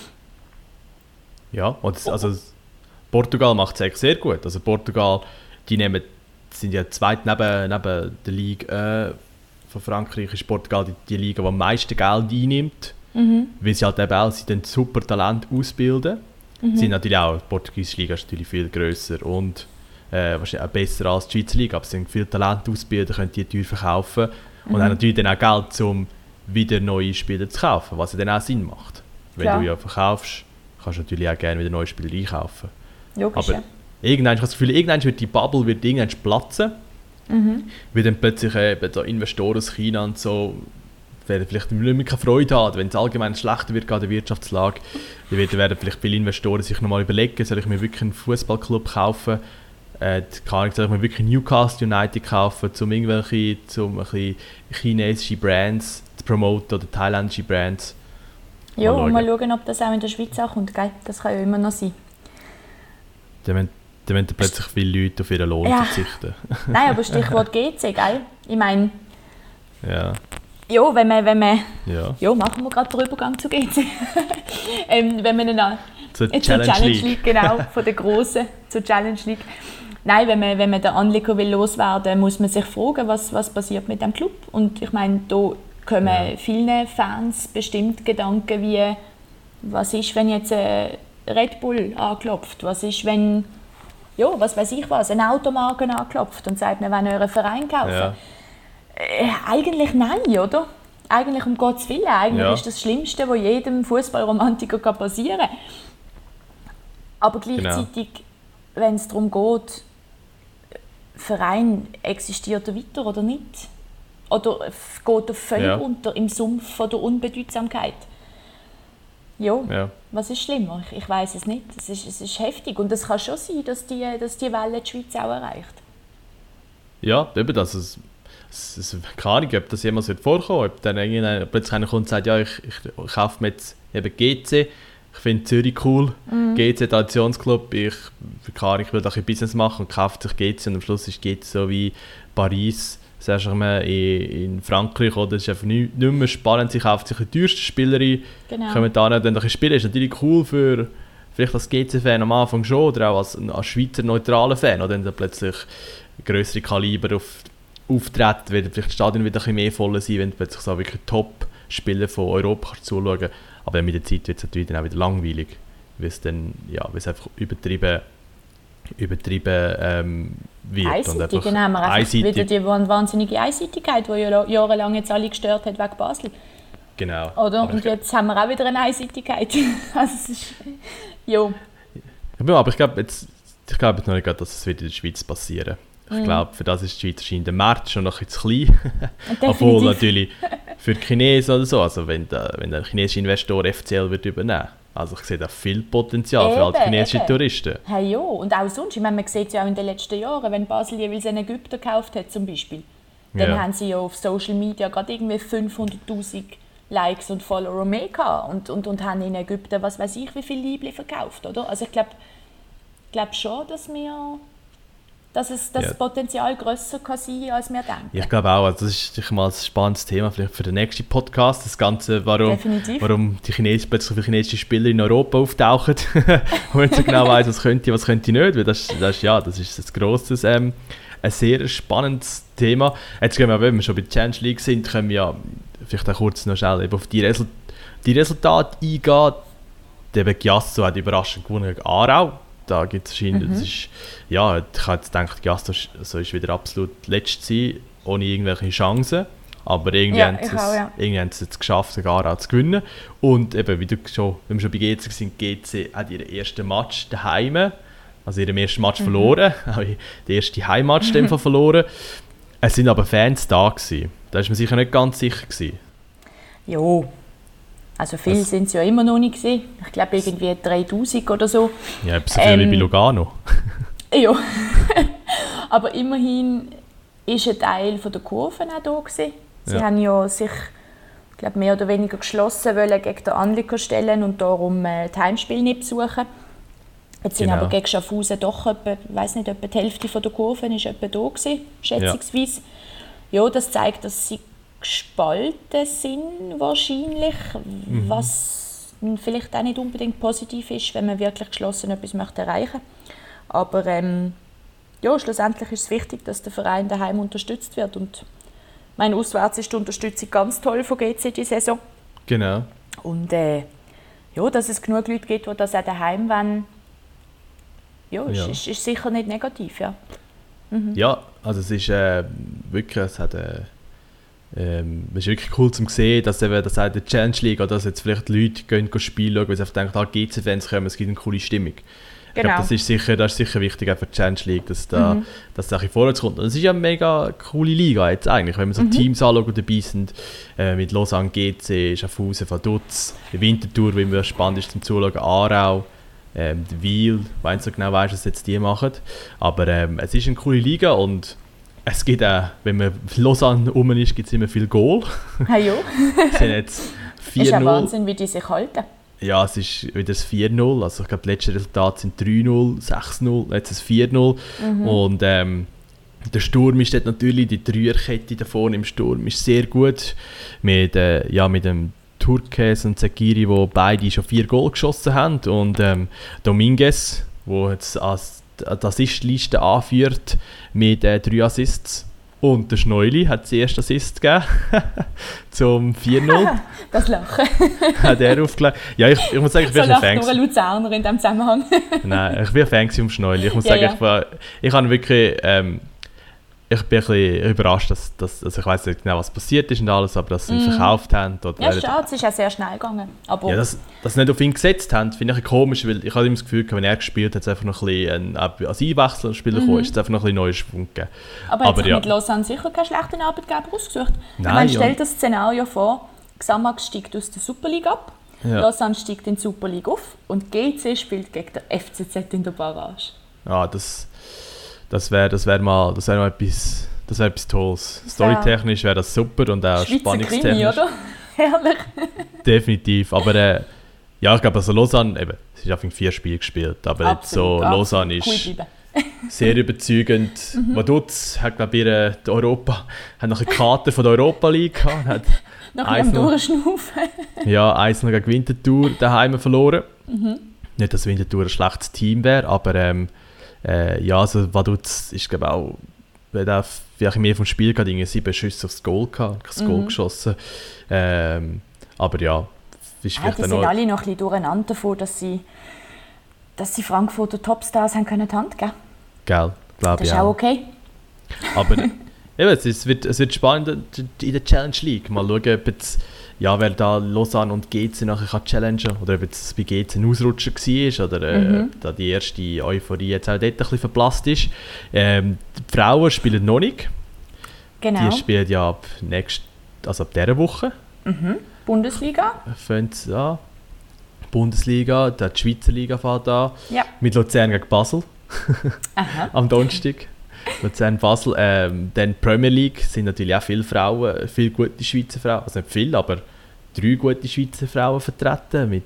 A: Ja, also Portugal macht es eigentlich sehr gut. Also Portugal, sind ja zweit neben der Liga von Frankreich, ist Portugal die Liga, die am meisten Geld einnimmt, weil sie halt eben auch super Talent ausbilden. Sie natürlich auch, die portugiesische Liga ist natürlich viel grösser und wahrscheinlich auch besser als die Schweizer Liga, aber sie haben viel Talent ausbilden, können die teuer verkaufen und haben natürlich dann auch Geld, um wieder neue Spieler zu kaufen, was ja dann auch Sinn macht. Wenn du ja verkaufst, kannst du natürlich auch gerne wieder neue Spieler einkaufen.
B: Logisch,
A: aber irgendwann, ich habe das Gefühl, irgendwann wird die Bubble irgendwann platzen, weil dann plötzlich so Investoren aus China und so werden vielleicht nicht mehr keine Freude haben, wenn es allgemein schlechter wird an der Wirtschaftslage, dann werden vielleicht viele Investoren sich nochmal überlegen, soll ich mir wirklich einen Fußballclub kaufen, soll ich mir wirklich Newcastle United kaufen, um ein bisschen chinesische Brands zu promoten oder thailändische Brands.
B: Ja, und mal schauen, ob das auch in der Schweiz ankommt, gell? Das kann ja immer noch sein.
A: Dann müssen plötzlich viele Leute auf ihren Lohn verzichten.
B: Nein, aber Stichwort GC, gell? Ich meine...
A: Ja.
B: Ja, wenn man ja, machen wir gerade den Übergang zu GC. Wenn man
A: zur Challenge League,
B: genau, von der Grossen zur Challenge League. nein, wenn man den Anliegen will loswerden, muss man sich fragen, was passiert mit dem Club. Und ich meine, da kommen vielen Fans bestimmt Gedanken wie, was ist, wenn jetzt Red Bull anklopft? Was ist, wenn, ja, was weiß ich was, eine Automarke anklopft und sagt, wir wollen euren Verein kaufen? Ja. Eigentlich nein, oder? Eigentlich um Gottes Willen. Eigentlich ist das Schlimmste, was jedem Fußballromantiker passieren kann. Aber gleichzeitig, wenn es darum geht, Verein, existiert er weiter oder nicht? Oder geht er völlig unter im Sumpf von der Unbedeutsamkeit? Ja, was ist schlimmer? Ich weiß es nicht. Es ist heftig und es kann schon sein, dass die Welle die Schweiz auch erreicht.
A: Ja, eben das. Es keine Ahnung, ob das jemals vorkommen wird. Ob dann plötzlich einer kommt und sagt, ja, ich kaufe mir jetzt eben GC. Ich finde Zürich cool, GC Traditionsclub, ich will da ein Business machen und kauft sich GC und am Schluss ist GC so wie Paris, Saint-Germain in Frankreich, oder es ist einfach nicht mehr spannend, sie kauft sich die teuerste Spielerin, kommen da nicht, dann spielen, ist natürlich cool für vielleicht als GC-Fan am Anfang schon, oder auch als Schweizer neutraler Fan, oder dann plötzlich grössere Kaliber auftreten, wird vielleicht das Stadion wieder ein bisschen mehr voll sein, wenn plötzlich so wirklich Top-Spieler von Europa zuschauen kannst. Aber mit der Zeit wird es natürlich dann auch wieder langweilig, weil es einfach übertrieben wird.
B: Einseitig, dann haben wir einfach wieder die wahnsinnige Einseitigkeit, die ja jahrelang jetzt alle gestört hat wegen Basel.
A: Genau.
B: Oder? Und jetzt haben wir auch wieder eine Einseitigkeit. Also es ist, ja.
A: Aber ich glaube jetzt noch nicht, dass es wieder in der Schweiz passieren. Ich glaube, für das ist die Schweiz wahrscheinlich der Markt schon noch ein bisschen klein. Obwohl natürlich für die Chinesen oder so, also wenn der chinesische Investor FCL wird übernehmen. Also ich sehe da viel Potenzial für alle chinesische Touristen.
B: Hey, ja, und auch sonst. Ich meine, man sieht es ja auch in den letzten Jahren, wenn Basel jeweils einen Ägypter gekauft hat zum Beispiel. Dann haben sie ja auf Social Media gerade irgendwie 500'000 Likes und Follower mehr gehabt und haben in Ägypten, was weiß ich, wie viele Liebli verkauft, oder? Also ich glaube schon, dass das Potenzial grösser kann sein, als wir denken.
A: Ich glaube auch. Also das ist sicher mal ein spannendes Thema vielleicht für den nächsten Podcast. Das Ganze, warum plötzlich viele chinesische Spieler in Europa auftauchen und man so genau weiss, was könnte nicht. Weil das ist ein grosses, ein sehr spannendes Thema. Jetzt gehen wir, wenn wir schon bei der Challenge League sind, können wir ja vielleicht auch kurz noch schnell eben auf die Resultate eingehen. Der Giasso hat überraschend gewonnen gegen Aarau. Da gibt es ich habe jetzt gedacht, Giasso ist wieder absolut letzt sein, ohne irgendwelche Chancen. Aber irgendwie haben sie es geschafft, gegen Aarau zu gewinnen. Und eben, wenn wir schon bei GC sind, GC hat ihren ersten Match daheim, also ihren ersten Match verloren, den ersten Heimmatch verloren. Es sind aber Fans da gewesen. Da ist man sicher nicht ganz sicher gewesen.
B: Jo. Also viele sind es ja immer noch nicht gewesen. Ich glaube irgendwie 3000 oder so.
A: Ja, so viel wie bei Lugano.
B: Ja. Aber immerhin war ein Teil der Kurven auch da gewesen. Sie haben ja sich, glaube mehr oder weniger geschlossen wollen gegen den Anliegen stellen und darum das Heimspiel nicht besuchen. Jetzt sind aber gegen Schaffhausen doch etwa die Hälfte der Kurven ist etwa da gewesen, schätzungsweise. Ja, das zeigt, dass sie gespalten sind wahrscheinlich, was vielleicht auch nicht unbedingt positiv ist, wenn man wirklich geschlossen etwas möchte erreichen möchte. Aber schlussendlich ist es wichtig, dass der Verein daheim unterstützt wird und auswärts ist die Unterstützung ganz toll von GC die Saison.
A: Genau.
B: Und dass es genug Leute gibt, die das auch daheim wollen, ist sicher nicht negativ. Ja,
A: ja, also es ist wirklich, es ist wirklich cool zu sehen, dass eben das die Challenge League oder dass jetzt vielleicht Leute gehen Spiele schauen, weil sie einfach denken, GC-Fans kommen, es gibt eine coole Stimmung. Ich glaube, das ist sicher wichtig auch für die Challenge League, dass da ein vorwärts kommt. Und es ist ja eine mega coole Liga jetzt eigentlich, wenn man so Teams anschaut, die dabei sind, mit Lausanne, GC, Schaffhausen, Vaduz, Winterthur, wie immer spannend ist zum Zuschauen, Aarau, Wiel, ich weiß nicht genau, was jetzt die machen. Aber es ist eine coole Liga und es gibt auch, wenn man Lausanne rum ist, gibt es immer viel Goal.
B: Ah, ja.
A: Es sind jetzt 4-0.
B: Es ist ein Wahnsinn, wie die sich halten.
A: Ja, es ist wieder das 4-0. Also ich glaube, die letzten Resultate sind 3-0, 6-0, jetzt ist es 4-0. Und der Sturm ist dort natürlich, die Dreierkette da vorne im Sturm ist sehr gut. Mit dem Turques und Zekiri, die beide schon 4 Goal geschossen haben. Und Dominguez, der jetzt als die Assist-Liste anführt mit 3 Assists. Und der Schneuli hat den ersten Assist gegeben zum 4-0.
B: Das Lachen.
A: Hat er aufgelegt. Ja, ich muss sagen, ich bin
B: so
A: ein Fan.
B: So lacht nur ein Luzerner in diesem Zusammenhang.
A: Nein, ich bin ein Fan vom Schneuli. Ich muss sagen, ich habe wirklich... ich bin ein bisschen überrascht, also ich weiß nicht genau, was passiert ist und alles, aber dass sie ihn verkauft haben.
B: Ja, schade, es ist auch sehr schnell gegangen. Aber
A: ja, dass sie nicht auf ihn gesetzt haben, finde ich ein bisschen komisch, weil ich habe immer das Gefühl, wenn er gespielt hat, hat es einfach noch ein bisschen als Einwechselspieler gekommen, ist es einfach noch ein bisschen neues Schwung gegeben.
B: Aber hat sich mit Lausanne sicher keinen schlechten Arbeitgeber ausgesucht.
A: Nein,
B: ich meine, stell das Szenario vor, Xamax steigt aus der Super League ab, Lausanne steigt in die Super League auf und GC spielt gegen den FCZ in der Barrage.
A: Ja, das wäre mal etwas Tolles. Storytechnisch wäre das super und auch spannungstechnisch. Krimi, oder?
B: Herrlich.
A: Definitiv. Aber ja, ich glaube, also Lausanne, eben, es ist einfach 4 Spiele gespielt, aber jetzt so Lausanne ist sehr überzeugend. Vaduz hat, glaube ich, hat noch eine Karte von der Europa League gehabt. Hat
B: noch ein Durchschnaufen.
A: Ja, 1-0 gegen Winterthur daheim verloren. Nicht, dass Winterthur ein schlechtes Team wäre, aber ja, also Vaduz ist, glaube ich, auch, wenn er vielleicht mehr vom Spiel gerade 7 Schüsse aufs Goal gehabt, das Goal geschossen. Aber ja, ist vielleicht
B: die sind alle noch ein bisschen durcheinander davon, dass sie Frankfurter Topstars haben können die Hand geben.
A: Gell, glaube ich.
B: Das ist auch okay.
A: Aber eben, es wird spannend in der Challenge League. Mal schauen, ob jetzt, wer da Lausanne und GC nachher kann challengen, oder ob jetzt bei GC ein Ausrutscher war, oder da die erste Euphorie jetzt auch dort ein bisschen verblasst ist. Die Frauen spielen noch nicht.
B: Genau.
A: Die spielen ja ab dieser Woche.
B: Bundesliga.
A: Ja. Bundesliga, die Schweizer Liga fährt an.
B: Ja.
A: Mit Luzern gegen Basel. Am Donnerstag. Luzern-Basel. Dann Premier League sind natürlich auch viele Frauen, viele gute Schweizer Frauen, also nicht viele, aber 3 gute Schweizer Frauen vertreten, mit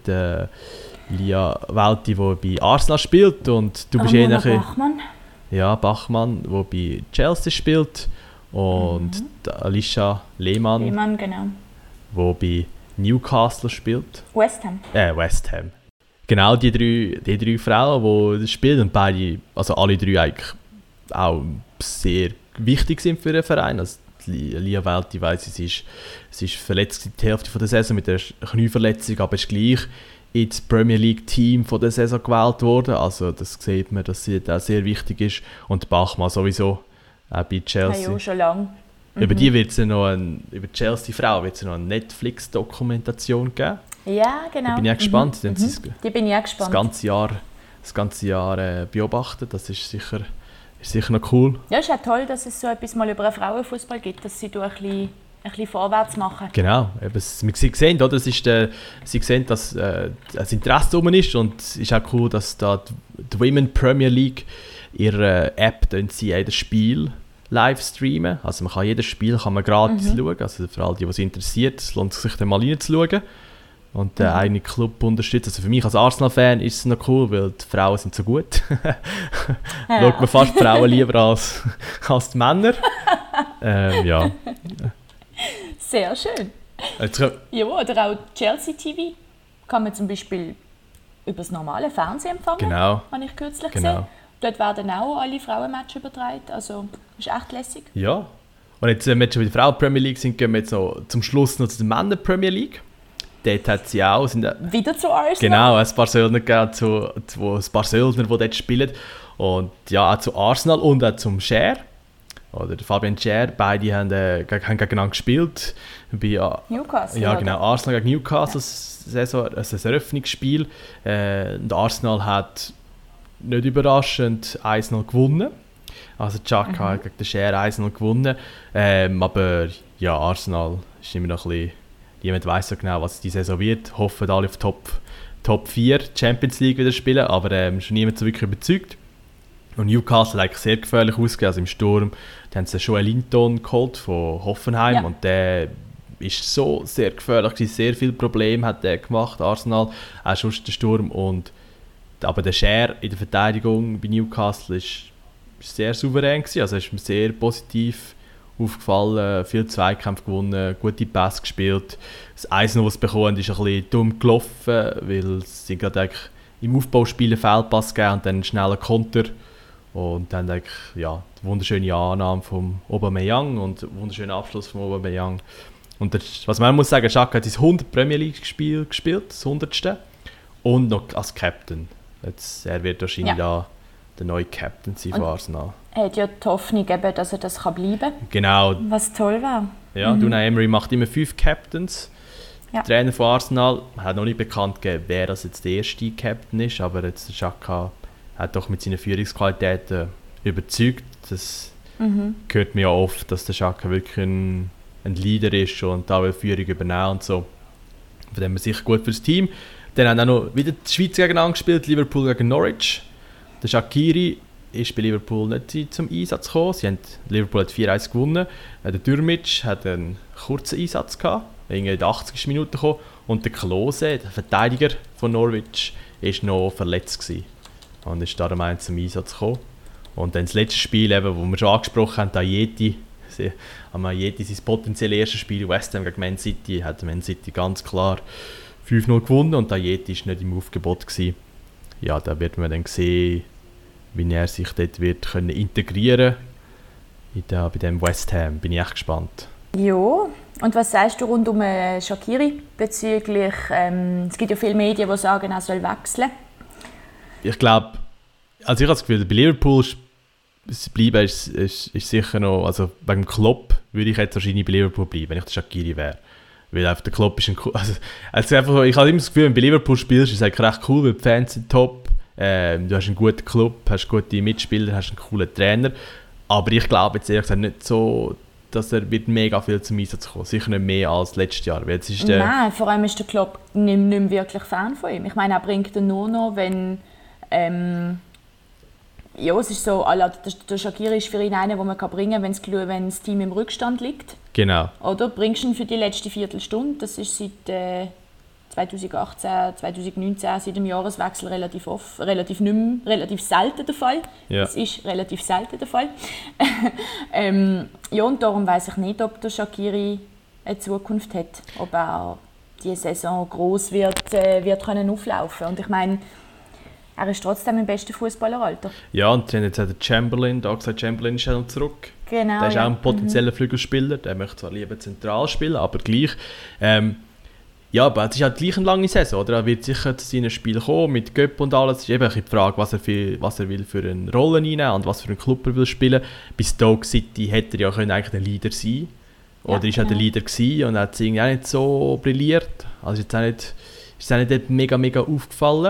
A: Lia Welti, die bei Arsenal spielt, und du bist
B: Bachmann.
A: Ja, Bachmann, der bei Chelsea spielt, und Alicia Lehmann,
B: genau.
A: Die bei Newcastle spielt.
B: West Ham.
A: West Ham. Genau, die drei Frauen, die spielen, und beide, also alle 3 eigentlich auch sehr wichtig sind für den Verein. Also Lia Welti, ich weiss, sie ist verletzt die Hälfte der Saison mit einer Knieverletzung, aber ist gleich ins Premier League Team von der Saison gewählt worden. Also das sieht man, dass sie da sehr wichtig ist. Und Bachmann sowieso, auch bei Chelsea.
B: Ja, schon lange.
A: Über die wird es über die Chelsea-Frau wird es noch eine Netflix-Dokumentation geben.
B: Ja, genau.
A: Da bin ich auch gespannt.
B: Die bin ich auch gespannt.
A: Das ganze Jahr beobachten, das ist sicher noch cool.
B: Ja, es ist auch toll, dass es so etwas mal über einen Frauenfußball gibt, dass sie ein bisschen vorwärts machen.
A: Genau, sie sehen, oder? Sie sehen, dass das Interesse da ist, und es ist auch cool, dass da die Women Premier League ihre App jedes Spiel live streamen. Also man kann jedes Spiel gratis schauen, also für all die, was interessiert, es lohnt sich dann mal reinzuschauen. Und der eine Club unterstützt. Also für mich als Arsenal-Fan ist es noch cool, weil die Frauen sind so gut. Schaut man fast die Frauen lieber als die Männer. Ja.
B: Sehr schön. Ja, oder auch Chelsea TV kann man zum Beispiel über das normale Fernsehen empfangen.
A: Genau.
B: Habe ich kürzlich gesehen. Dort werden auch alle Frauenmatches übertragen. Also das ist echt lässig.
A: Ja. Und jetzt, wenn wir schon bei der Frauen-Premier League sind, gehen wir jetzt noch zum Schluss noch zu der Männer-Premier League. Dort hat sie auch...
B: Wieder zu Arsenal?
A: Genau, ein paar Söldner gegeben, ein paar Söldner, die dort spielen. Und ja, auch zu Arsenal und auch zum Scher. Oder Fabian Scher, beide haben gegeneinander gespielt.
B: Newcastle?
A: Ja, genau, Arsenal gegen Newcastle, ein Eröffnungsspiel. Und Arsenal hat nicht überraschend 1-0 gewonnen. Also Xhaka hat gegen den Scher 1-0 gewonnen. Aber ja, Arsenal ist immer noch ein bisschen... Niemand weiss so genau, was die Saison wird. Hoffen alle auf Top 4 Champions League wieder spielen, aber schon niemand so wirklich überzeugt. Und Newcastle hat eigentlich sehr gefährlich ausgesehen. Also im Sturm haben sie Joel Linton geholt von Hoffenheim, und der ist so sehr gefährlich gewesen. Sehr viele Probleme hat er gemacht, Arsenal, auch schon der Sturm. Aber der Scher in der Verteidigung bei Newcastle ist sehr souverän gewesen. Also ist mir sehr positiv aufgefallen, viele Zweikämpfe gewonnen, gute Pässe gespielt. Das 1-0, was sie bekommen, ist ein bisschen dumm gelaufen, weil sie gerade im Aufbauspiel einen Fehlpass gegeben und dann einen schnellen Konter Und dann eigentlich, ja, die wunderschöne Annahme von Aubameyang und der wunderschöne Abschluss von Aubameyang. Und was man muss sagen, Xhaka hat sein 100 Premier League-Spiel gespielt, das 100. Und noch als Captain. Er wird wahrscheinlich da der neue Captain sein von Arsenal.
B: Er hat ja die Hoffnung, dass er das bleiben kann.
A: Genau.
B: Was toll war.
A: Ja, Unai Emery macht immer 5 Captains. Ja. Der Trainer von Arsenal hat noch nicht bekannt gegeben, wer das jetzt der erste Captain ist, aber jetzt Xhaka hat doch mit seinen Führungsqualitäten überzeugt. Das hört man ja oft, dass der Xhaka wirklich ein Leader ist und da will Führung übernehmen und so. Von dem her sicher gut fürs Team. Dann haben auch noch wieder die Schweiz gegeneinander gespielt, Liverpool gegen Norwich. Der Shaqiri ist bei Liverpool nicht zum Einsatz gekommen. Liverpool hat 4-1 gewonnen. Der Dürmic hat einen kurzen Einsatz gehabt, in den 80. Minuten gekommen. Und der Klose, der Verteidiger von Norwich, war noch verletzt gewesen und ist darum zum Einsatz gekommen. Und dann das letzte Spiel, eben, das wir schon angesprochen haben, Ajeti, sein potenzielles erstes Spiel, West Ham gegen Man City, hat Man City ganz klar 5-0 gewonnen und Ajeti war nicht im Aufgebot gewesen. Ja, da wird man dann sehen, wie er sich dort wird können integrieren kann. Bei dem West Ham bin ich echt gespannt.
B: Ja, und was sagst du rund um Shaqiri bezüglich, es gibt ja viele Medien, die sagen, er soll wechseln.
A: Ich glaube, also ich habe das Gefühl, bei Liverpool bleiben ist sicher noch, also wegen dem Klopp würde ich jetzt wahrscheinlich bei Liverpool bleiben, wenn ich der Shaqiri wäre. Weil einfach der Klopp ist einfach, ich habe immer das Gefühl, wenn du bei Liverpool spielst, ist es eigentlich recht cool, weil die Fans sind top, du hast einen guten Club, hast gute Mitspieler, hast einen coolen Trainer. Aber ich glaube jetzt ehrlich gesagt nicht so, dass er wird mega viel zum Einsatz kommen. Sicher nicht mehr als letztes Jahr.
B: Nein, vor allem ist der Klopp nicht mehr wirklich Fan von ihm. Ich meine, er bringt ihn nur noch, wenn ja, es ist so, der Shaqiri ist für ihn einer, den man bringen kann, wenn das Team im Rückstand liegt.
A: Genau.
B: Oder bringst du ihn für die letzte Viertelstunde. Das ist seit 2018, 2019, seit dem Jahreswechsel relativ selten der Fall.
A: Ja.
B: Das ist relativ selten der Fall. Ja, und darum weiss ich nicht, ob der Shaqiri eine Zukunft hat. Ob er diese Saison gross wird können auflaufen. Und ich meine, er ist trotzdem im besten Fußballeralter.
A: Ja, und dann jetzt hat der Chamberlain ist ja noch zurück.
B: Genau,
A: der ist auch ein potenzieller Flügelspieler. Der möchte zwar lieber zentral spielen, aber gleich. Ja, aber es ist halt gleich eine lange Saison. Oder? Er wird sicher zu seinen Spielen kommen, mit Göpp und alles. Es ist eben die Frage, was er will für eine Rolle einnehmen und was für einen Club er will spielen. Bei Stoke City hätte er ja eigentlich der Leader sein. Oder ist er der Leader gewesen und hat es irgendwie auch nicht so brilliert. Also ist auch nicht mega aufgefallen.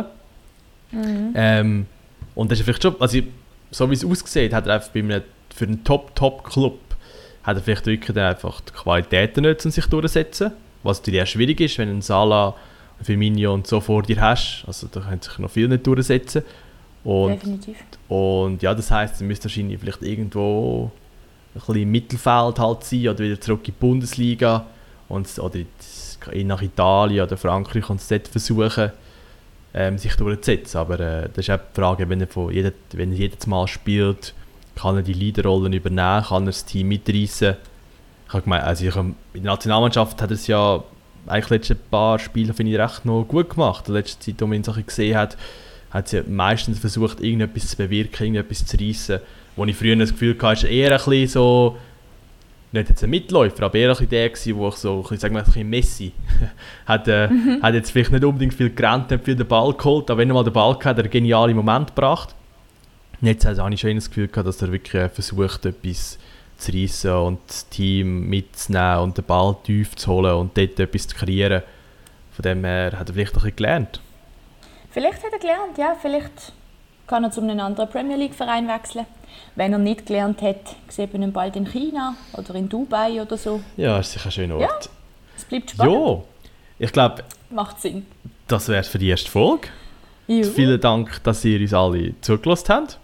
A: Und das ist vielleicht schon, also so wie es aussieht, hat er einfach für einen Top-Club hat er vielleicht wirklich dann einfach die Qualitäten nicht, um sich durchzusetzen. Was natürlich auch schwierig ist, wenn du einen Salah, einen Firmino und so vor dir hast. Also da können sich noch viele nicht durchsetzen.
B: Definitiv.
A: Und ja, das heisst, du müsst wahrscheinlich vielleicht irgendwo ein bisschen im Mittelfeld halt sein oder wieder zurück in die Bundesliga oder nach Italien oder Frankreich und es dort versuchen, sich durchzusetzen. Aber das ist auch die Frage, wenn er jedes Mal spielt, kann er die Leaderrollen übernehmen, kann er das Team mitreißen. Ich habe gemeint, also in der Nationalmannschaft hat er es ja eigentlich die letzten paar Spiele, finde ich, recht noch gut gemacht. In der letzten Zeit, wo man ihn so gesehen hat, hat sie meistens versucht, irgendetwas zu bewirken, irgendetwas zu reissen. Wo ich früher das Gefühl hatte, ist eher ein bisschen so, nicht jetzt ein Mitläufer, aber eher ein bisschen der gewesen, wo ich so, ich sage mal, ein bisschen Messi hat jetzt vielleicht nicht unbedingt viel gerannt, hat viel den Ball geholt, aber wenn er mal den Ball hatte, hat er einen genialen Moment gebracht. Und jetzt habe ich schon das Gefühl gehabt, dass er wirklich versucht, etwas zu reissen und das Team mitzunehmen und den Ball tief zu holen und dort etwas zu kreieren. Von dem her hat er vielleicht ein bisschen gelernt.
B: Vielleicht hat er gelernt, ja. Vielleicht kann er zu einem anderen Premier League-Verein wechseln. Wenn er nicht gelernt hat, sieht man ihn bald in China oder in Dubai oder so.
A: Ja, ist sicher ein schöner Ort.
B: Ja, es bleibt spannend.
A: Ja, ich glaube,
B: macht Sinn.
A: Das wäre es für die erste Folge. Vielen Dank, dass ihr uns alle zugelassen habt.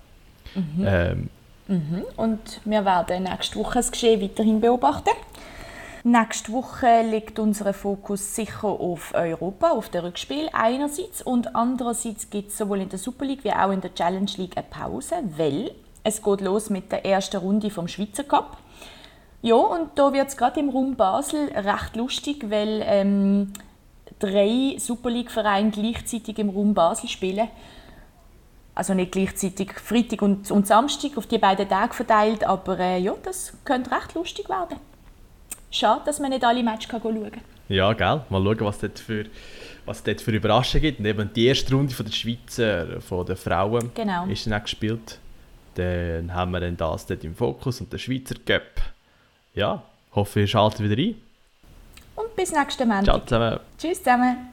B: Und wir werden nächste Woche das Geschehen weiterhin beobachten. Nächste Woche liegt unser Fokus sicher auf Europa, auf das Rückspiel einerseits und andererseits gibt es sowohl in der Super League wie auch in der Challenge League eine Pause, weil es geht los mit der ersten Runde vom Schweizer Cup. Ja, und da wird es gerade im Raum Basel recht lustig, weil 3 Super League Vereine gleichzeitig im Raum Basel spielen. Also nicht gleichzeitig Freitag und Samstag auf die beiden Tage verteilt, aber ja, das könnte recht lustig werden. Schade, dass man nicht alle Matches schauen kann.
A: Ja, gell? Mal schauen, was es dort für Überraschungen gibt. Und eben die erste Runde von der Schweizer, von den Frauen,
B: Genau.
A: ist dann auch gespielt. Dann haben wir dann das dort im Fokus und den Schweizer Cup. Ja, hoffe, ihr schaltet wieder ein.
B: Und bis nächsten Montag.
A: Ciao zusammen.
B: Tschüss zusammen.